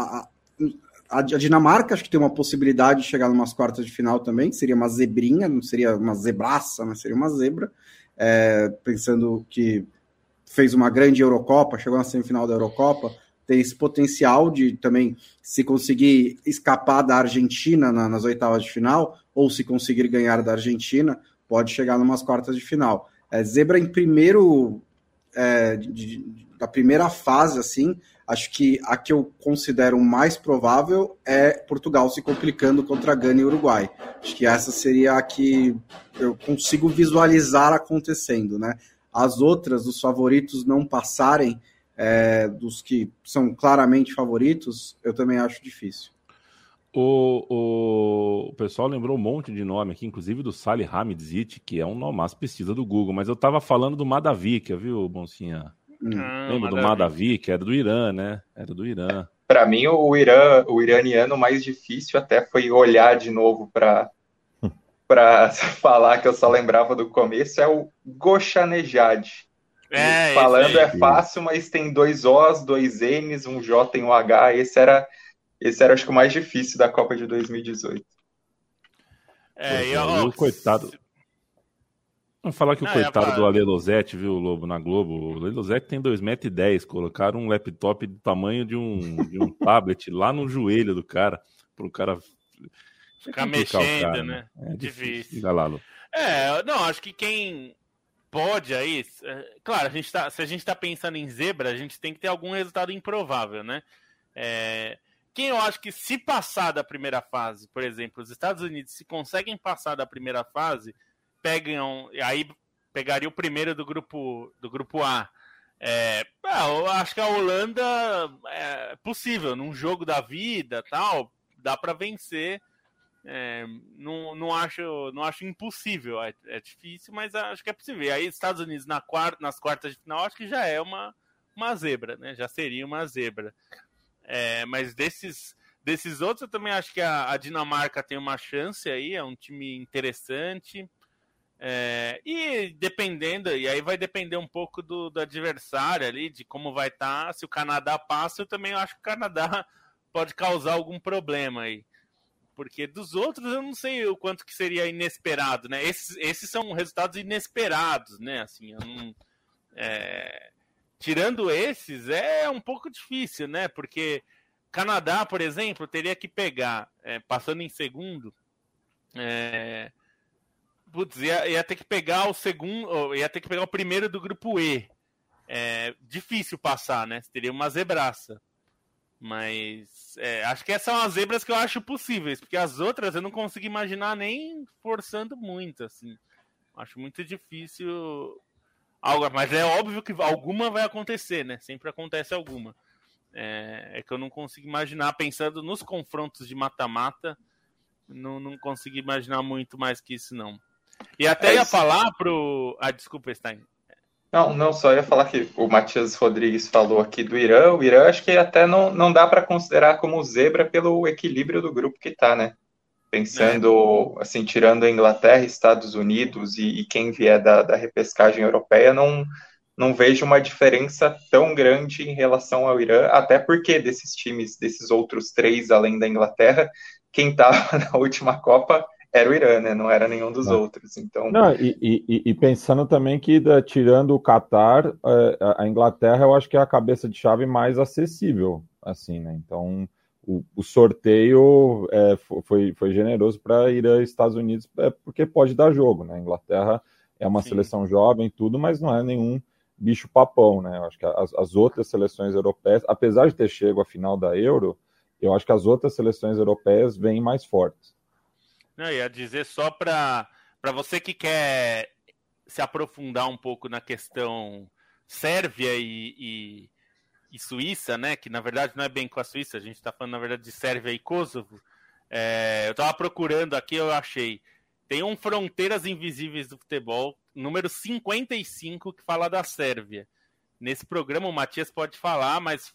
a Dinamarca acho que tem uma possibilidade de chegar em umas quartas de final também, seria uma zebrinha, não seria uma zebraça, mas seria uma zebra, pensando que fez uma grande Eurocopa, chegou na semifinal da Eurocopa, tem esse potencial de também, se conseguir escapar da Argentina nas oitavas de final, ou se conseguir ganhar da Argentina, pode chegar em umas quartas de final. Zebra em primeiro, da primeira fase, assim, acho que a que eu considero mais provável é Portugal se complicando contra Gana e Uruguai. Acho que essa seria a que eu consigo visualizar acontecendo, né? As outras, os favoritos não passarem, dos que são claramente favoritos, eu também acho difícil. O pessoal lembrou um monte de nome aqui, inclusive do Salih Hamidžić, que é um nomaço, pesquisa do Google, mas eu estava falando do Madavikia, viu, Boncinha? Lembra do Madavi, que era do Irã, né? Era do Irã. Para mim, o iraniano mais difícil até foi olhar de novo para falar, que eu só lembrava do começo, é o Ghoshanejad. Falando é fácil, mas tem 2 Os, 2 Ns, um J e um H. Esse era acho que o mais difícil da Copa de 2018. Coitado. Vamos falar que o coitado do Ale Losetti, viu, Lobo, na Globo. O Ale Losetti tem 2,10 m. Colocaram um laptop do tamanho de um tablet lá no joelho do cara, para o cara ficar mexendo, cara, né? É difícil. Não, acho que quem pode aí... Claro, se a gente está pensando em zebra, a gente tem que ter algum resultado improvável, né? Quem eu acho que se passar da primeira fase, por exemplo, os Estados Unidos, se conseguem passar da primeira fase... aí pegaria o primeiro do grupo A. Eu acho que a Holanda é possível, num jogo da vida, tal, dá para vencer. Não acho impossível, é difícil, mas acho que é possível. E aí, Estados Unidos nas quartas de final, acho que já é uma zebra, né? Já seria uma zebra. Mas desses outros, eu também acho que a Dinamarca tem uma chance aí, é um time interessante. E aí vai depender um pouco do adversário ali, de como vai estar. Se o Canadá passa, eu também acho que o Canadá pode causar algum problema aí, porque dos outros eu não sei o quanto que seria inesperado, né? Esses são resultados inesperados, né? Assim, tirando esses, é um pouco difícil, né? Porque Canadá, por exemplo, teria que pegar, passando em segundo, ia ter que pegar o segundo, ia ter que pegar o primeiro do grupo E. Difícil passar, né? Teria uma zebraça. Mas acho que essas são as zebras que eu acho possíveis, porque as outras eu não consigo imaginar nem forçando muito, assim. Acho muito difícil algo, mas é óbvio que alguma vai acontecer, né? Sempre acontece alguma. É que eu não consigo imaginar, pensando nos confrontos de mata-mata, não consigo imaginar muito mais que isso, não. E até ia falar pro... desculpa, Stein. Não, só ia falar que o Matias Rodrigues falou aqui do Irã. O Irã acho que até não dá para considerar como zebra pelo equilíbrio do grupo que tá, né? Pensando, assim, tirando a Inglaterra, Estados Unidos e quem vier da repescagem europeia, não vejo uma diferença tão grande em relação ao Irã, até porque desses times, desses outros 3, além da Inglaterra, quem estava na última Copa era o Irã, né? Não era nenhum dos outros. Então... Não, e pensando também que, tirando o Catar, a Inglaterra eu acho que é a cabeça de chave mais acessível, assim, né? Então, o sorteio foi generoso para Irã e Estados Unidos, porque pode dar jogo, né? A Inglaterra é uma seleção jovem, tudo, mas não é nenhum bicho-papão, né? Eu acho que as outras seleções europeias, apesar de ter chego à final da Euro, eu acho que as outras seleções europeias vêm mais fortes. Não, ia dizer só para você que quer se aprofundar um pouco na questão Sérvia e Suíça, né? Que na verdade não é bem com a Suíça, a gente está falando na verdade de Sérvia e Kosovo. Eu estava procurando aqui, eu achei. Tem um Fronteiras Invisíveis do Futebol, número 55, que fala da Sérvia. Nesse programa o Matias pode falar, mas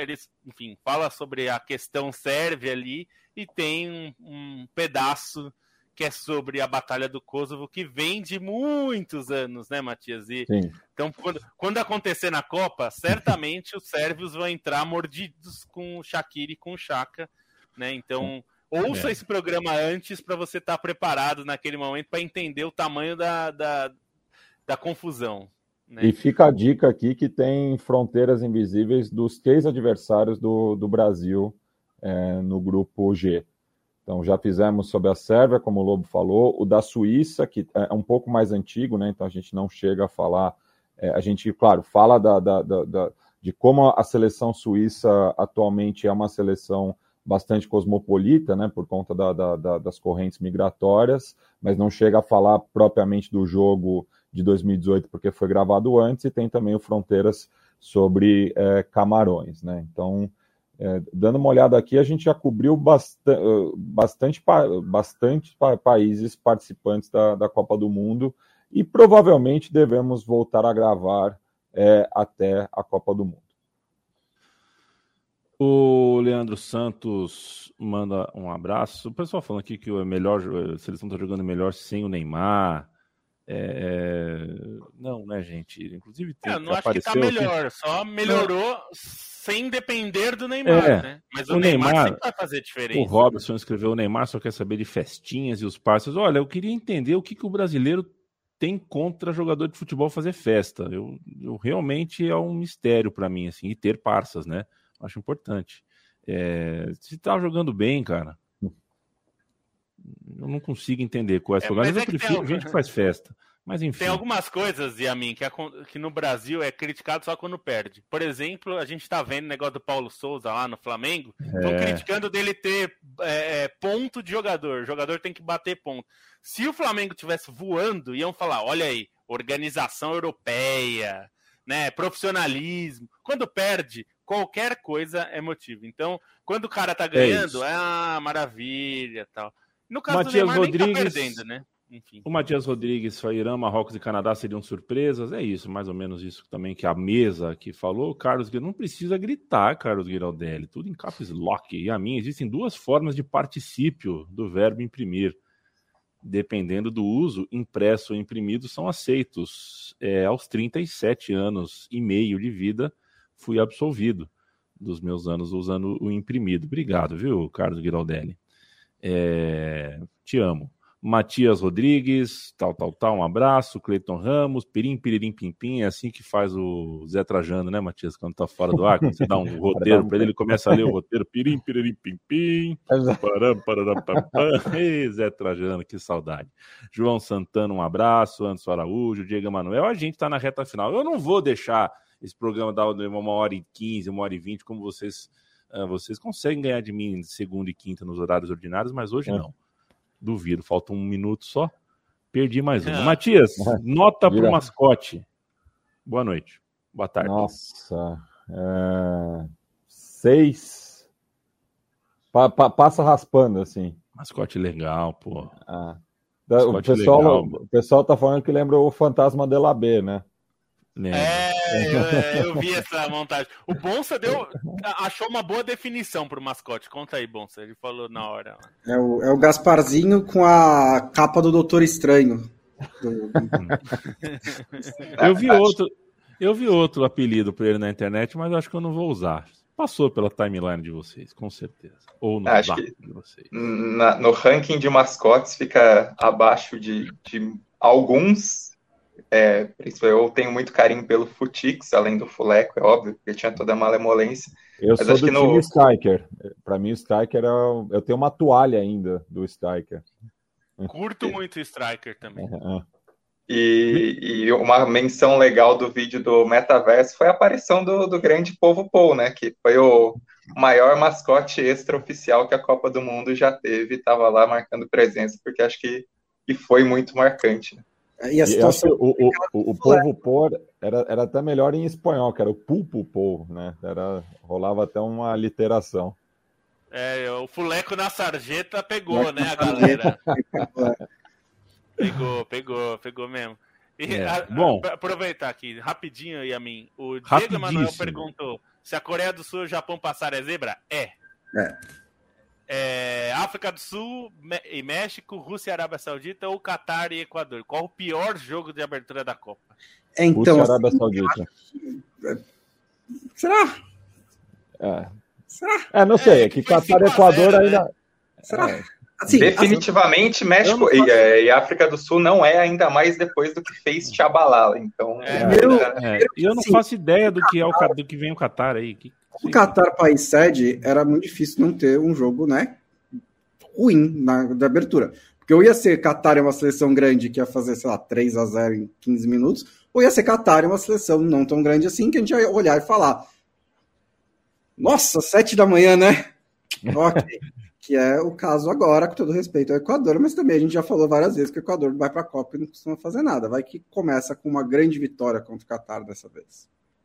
fala sobre a questão Sérvia ali, e tem um pedaço que é sobre a Batalha do Kosovo, que vem de muitos anos, né, Matias? Então, quando acontecer na Copa, certamente os sérvios vão entrar mordidos com o Shaqiri e com o Xhaka, né? Então, ouça esse programa antes para você estar preparado naquele momento para entender o tamanho da confusão. Né? E fica a dica aqui que tem Fronteiras Invisíveis dos 3 adversários do Brasil no grupo G. Então já fizemos sobre a Sérvia, como o Lobo falou, o da Suíça, que é um pouco mais antigo, né? Então a gente não chega a falar, a gente, claro, fala de como a seleção suíça atualmente é uma seleção bastante cosmopolita, né? Por conta das correntes migratórias, mas não chega a falar propriamente do jogo de 2018, porque foi gravado antes, e tem também o Fronteiras sobre Camarões, né? Então, dando uma olhada aqui, a gente já cobriu bastante países participantes da Copa do Mundo, e provavelmente devemos voltar a gravar até a Copa do Mundo. O Leandro Santos manda um abraço. O pessoal falando aqui que a seleção está jogando melhor sem o Neymar. Não, né, gente? Inclusive, eu não acho que tá melhor, só melhorou sem depender do Neymar, né? Mas o Neymar sempre vai fazer diferença. O Robson escreveu: o Neymar só quer saber de festinhas e os parceiros. Olha, eu queria entender o que o brasileiro tem contra jogador de futebol fazer festa. Eu realmente é um mistério para mim, assim, e ter parças, né? Acho importante. Se tá jogando bem, cara, eu não consigo entender qual é essa jogada. Mas eu prefiro gente que faz festa. Mas enfim. Tem algumas coisas, Yamin, que no Brasil é criticado só quando perde. Por exemplo, a gente tá vendo o negócio do Paulo Souza lá no Flamengo. Estão criticando dele ter ponto de jogador. O jogador tem que bater ponto. Se o Flamengo tivesse voando, iam falar, olha aí, organização europeia, né, profissionalismo. Quando perde, qualquer coisa é motivo. Então, quando o cara tá ganhando, maravilha, tal. No caso Matias do Neymar, Rodrigues, nem tá perdendo, né? Enfim. O Matias Rodrigues, Irã, Marrocos e Canadá seriam surpresas. É isso, mais ou menos isso também que a mesa aqui falou. Carlos, não precisa gritar, Carlos Giraldelli. Tudo em caps lock. E a mim, existem 2 formas de particípio do verbo imprimir. Dependendo do uso, impresso ou imprimido são aceitos. Aos 37 anos e meio de vida, fui absolvido dos meus anos usando o imprimido. Obrigado, viu, Carlos Giraldelli? Te amo. Matias Rodrigues, um abraço. Cleiton Ramos, pirim, piririm, pim, pim. É assim que faz o Zé Trajano, né, Matias? Quando tá fora do ar, quando você dá um roteiro para ele começa a ler o roteiro. Pirim, piririm, pim, pim. Ei, Zé Trajano, que saudade. João Santana, um abraço. Anderson Araújo, Diego Emanuel. A gente tá na reta final. Eu não vou deixar esse programa dar 1h15, 1h20, como vocês conseguem ganhar de mim segunda e quinta nos horários ordinários, mas hoje não. Duvido, falta 1 minuto só. Perdi mais um. Matias, nota pro mascote. Boa noite. Boa tarde. Nossa. 6. Passa raspando, assim. Mascote legal, pô. O pessoal tá falando que lembra o Fantasma de la B, né? Eu vi essa montagem. O Bonsa achou uma boa definição pro mascote. Conta aí, Bonsa. Ele falou na hora. É o Gasparzinho com a capa do Doutor Estranho. Eu vi outro apelido para ele na internet, mas acho que eu não vou usar. Passou pela timeline de vocês, com certeza. Ou no Acho que de vocês. No ranking de mascotes fica abaixo de alguns. Eu tenho muito carinho pelo Futix, além do Fuleco, é óbvio, porque tinha toda a malemolência. Eu sou do time Striker. Para mim, o Striker eu tenho uma toalha ainda do Striker. Curto muito o Striker também. E uma menção legal do vídeo do Metaverso foi a aparição do grande Povo Pou, né? Que foi o maior mascote extraoficial que a Copa do Mundo já teve. Estava lá marcando presença, porque acho que foi muito marcante. Né? E a situação... o Povo Pou era até melhor em espanhol, que era o Pulpo Pou, né? Rolava até uma literação. O Fuleco na sarjeta pegou, né, a galera? Pegou mesmo. Bom, aproveitar aqui, rapidinho, Yamin. O Diego Emanuel perguntou se a Coreia do Sul e o Japão passarem a zebra? África do Sul e México, Rússia e Arábia Saudita ou Catar e Equador? Qual o pior jogo de abertura da Copa? Então, Rússia e Arábia Saudita. Será? Será? Não sei, que Catar e Equador ainda... Né? Será? Assim, definitivamente, México e África do Sul não é ainda mais depois do que fez Tchabalala. Então, eu não faço ideia do que vem o Catar aí. O Catar, país sede, era muito difícil não ter um jogo, né, ruim da abertura. Porque ou ia ser Catar é uma seleção grande que ia fazer, 3-0 em 15 minutos, ou ia ser Catar é uma seleção não tão grande assim que a gente ia olhar e falar: nossa, 7 da manhã, né? Ok. Que é o caso agora, com todo respeito ao Equador, mas também a gente já falou várias vezes que o Equador vai para a Copa e não costuma fazer nada. Vai que começa com uma grande vitória contra o Catar dessa vez.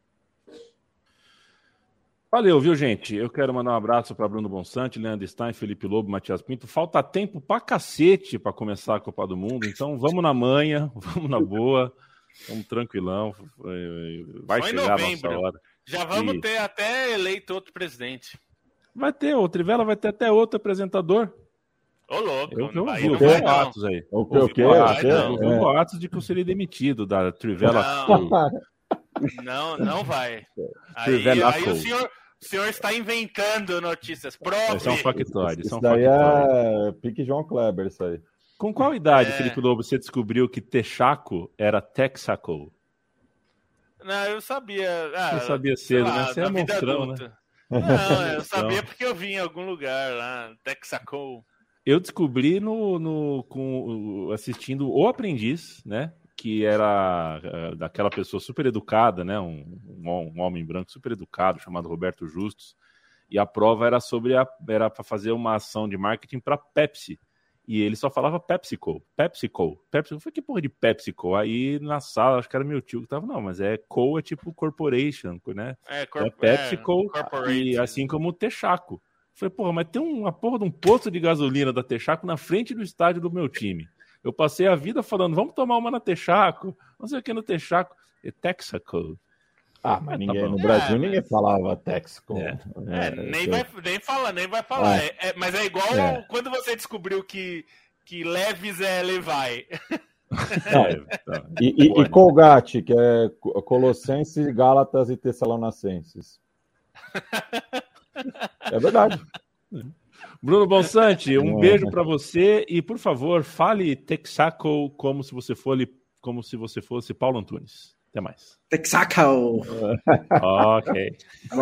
Valeu, viu, gente? Eu quero mandar um abraço para Bruno Bonsante, Leandro Stein, Felipe Lobo, Matias Pinto. Falta tempo pra cacete para começar a Copa do Mundo, então vamos na manha, vamos na boa, vamos tranquilão. Vai só chegar a nossa hora. Já vamos ter até eleito outro presidente. Vai ter, o Trivela vai ter até outro apresentador. Ô, louco. Eu vi boatos aí. Eu vi boatos de que eu seria demitido da Trivela. Não vai. Aí o senhor está inventando notícias. Prove. Isso é um factoide. Isso daí é pique João Kleber, isso aí. Com qual idade, Felipe Lobo, você descobriu que Texaco era Texaco? Não, eu sabia. Você sabia cedo, né? Você é monstrão, né? Não, eu sabia porque eu vi em algum lugar lá, Texaco. Eu descobri assistindo O Aprendiz, né? Que era daquela pessoa super educada, né? Um homem branco super educado, chamado Roberto Justus. E a prova era era para fazer uma ação de marketing para Pepsi. E ele só falava PepsiCo. Eu falei, que porra de PepsiCo? Aí na sala, acho que era meu tio que tava, não, mas Co é tipo corporation, né? É PepsiCo, e assim como o Texaco. Eu falei, porra, mas tem uma porra de um posto de gasolina da Texaco na frente do estádio do meu time. Eu passei a vida falando, vamos tomar uma na Texaco, não sei o que no Texaco. É Texaco. Mas no Brasil ninguém falava Texaco. Nem vai falar. Mas é igual quando você descobriu que Leves é Levi. E Colgate, que é Colossenses, Gálatas e Tessalonicenses. É verdade. Bruno Bonsante, um beijo para você e, por favor, fale Texaco como se você fosse Paulo Antunes. Até mais. Texaco! Ok.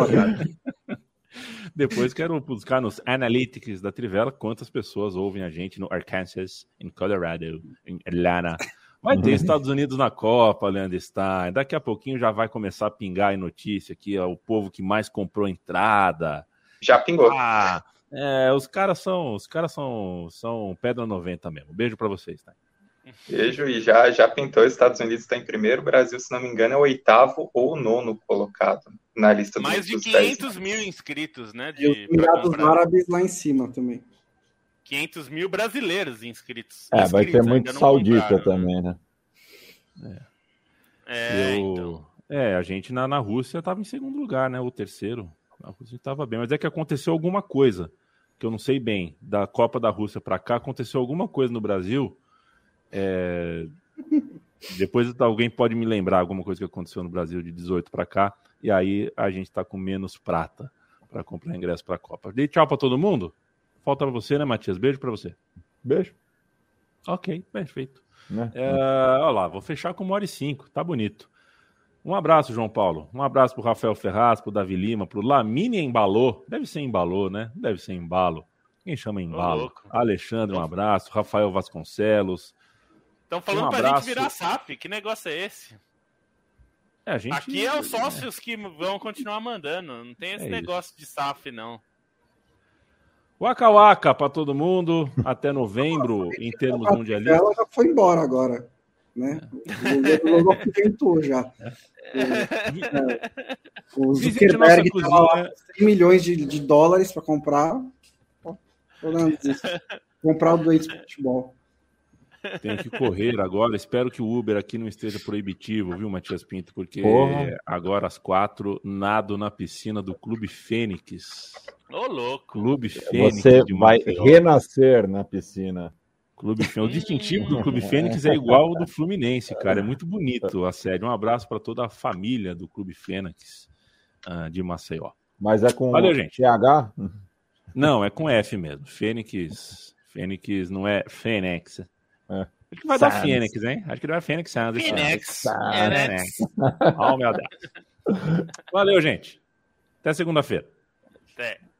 Depois quero buscar nos analytics da Trivela quantas pessoas ouvem a gente no Arkansas, em Colorado, em Atlanta. Vai ter Estados Unidos na Copa, Leandro Stein. Daqui a pouquinho já vai começar a pingar em notícia aqui, o povo que mais comprou entrada. Já pingou. Os caras são pedra 90 mesmo. Beijo pra vocês, tá? Beijo, e já pintou. Estados Unidos está em primeiro, o Brasil, se não me engano, é o 8º ou 9º colocado na lista dos 10. Mais de 500 mil inscritos, né? E os Emirados Árabes lá em cima também. 500 mil brasileiros inscritos. Vai ter muito saudita também, né? Então. A gente na Rússia estava em segundo lugar, né? Ou terceiro. A Rússia estava bem, mas é que aconteceu alguma coisa, que eu não sei bem, da Copa da Rússia para cá, aconteceu alguma coisa no Brasil. Depois alguém pode me lembrar alguma coisa que aconteceu no Brasil de 18 para cá, e aí a gente está com menos prata para comprar ingresso para a Copa. Dei tchau para todo mundo? Falta para você, né, Matias? Beijo para você. Beijo. Ok, perfeito. Olha lá, vou fechar com 1h05, tá bonito. Um abraço, João Paulo. Um abraço pro Rafael Ferraz, pro Davi Lima, pro Lamine Embalô. Deve ser Embalô, né? Deve ser Embalo. Quem chama Embalo? Alexandre, um abraço. Rafael Vasconcelos. Estão falando pra gente virar SAF. Que negócio é esse? Aqui é os sócios que vão continuar mandando. Não tem esse negócio de SAF, não. Waka Waka pra todo mundo. Até novembro, em termos mundialistas. Ela já foi embora agora. Né? O logo tentou já. O Zuckerberg estava lá com 100 milhões de dólares para comprar. Comprar o doente de futebol. Tenho que correr agora. Espero que o Uber aqui não esteja proibitivo, viu, Matias Pinto? Porque agora às 4 nado na piscina do Clube Fênix. Ô, louco! Clube Fênix. Você vai renascer na piscina. Clube Fênix. O distintivo do Clube Fênix é igual ao do Fluminense, cara. É muito bonito a sede. Um abraço para toda a família do Clube Fênix de Maceió. Mas é com Valeu, gente. TH? Não, é com F mesmo. Fênix. Fênix não é Fênix. Acho que vai dar Fênix, hein? Acho que vai Fênix. Fênix. Oh, meu Deus. Valeu, gente. Até segunda-feira. Até.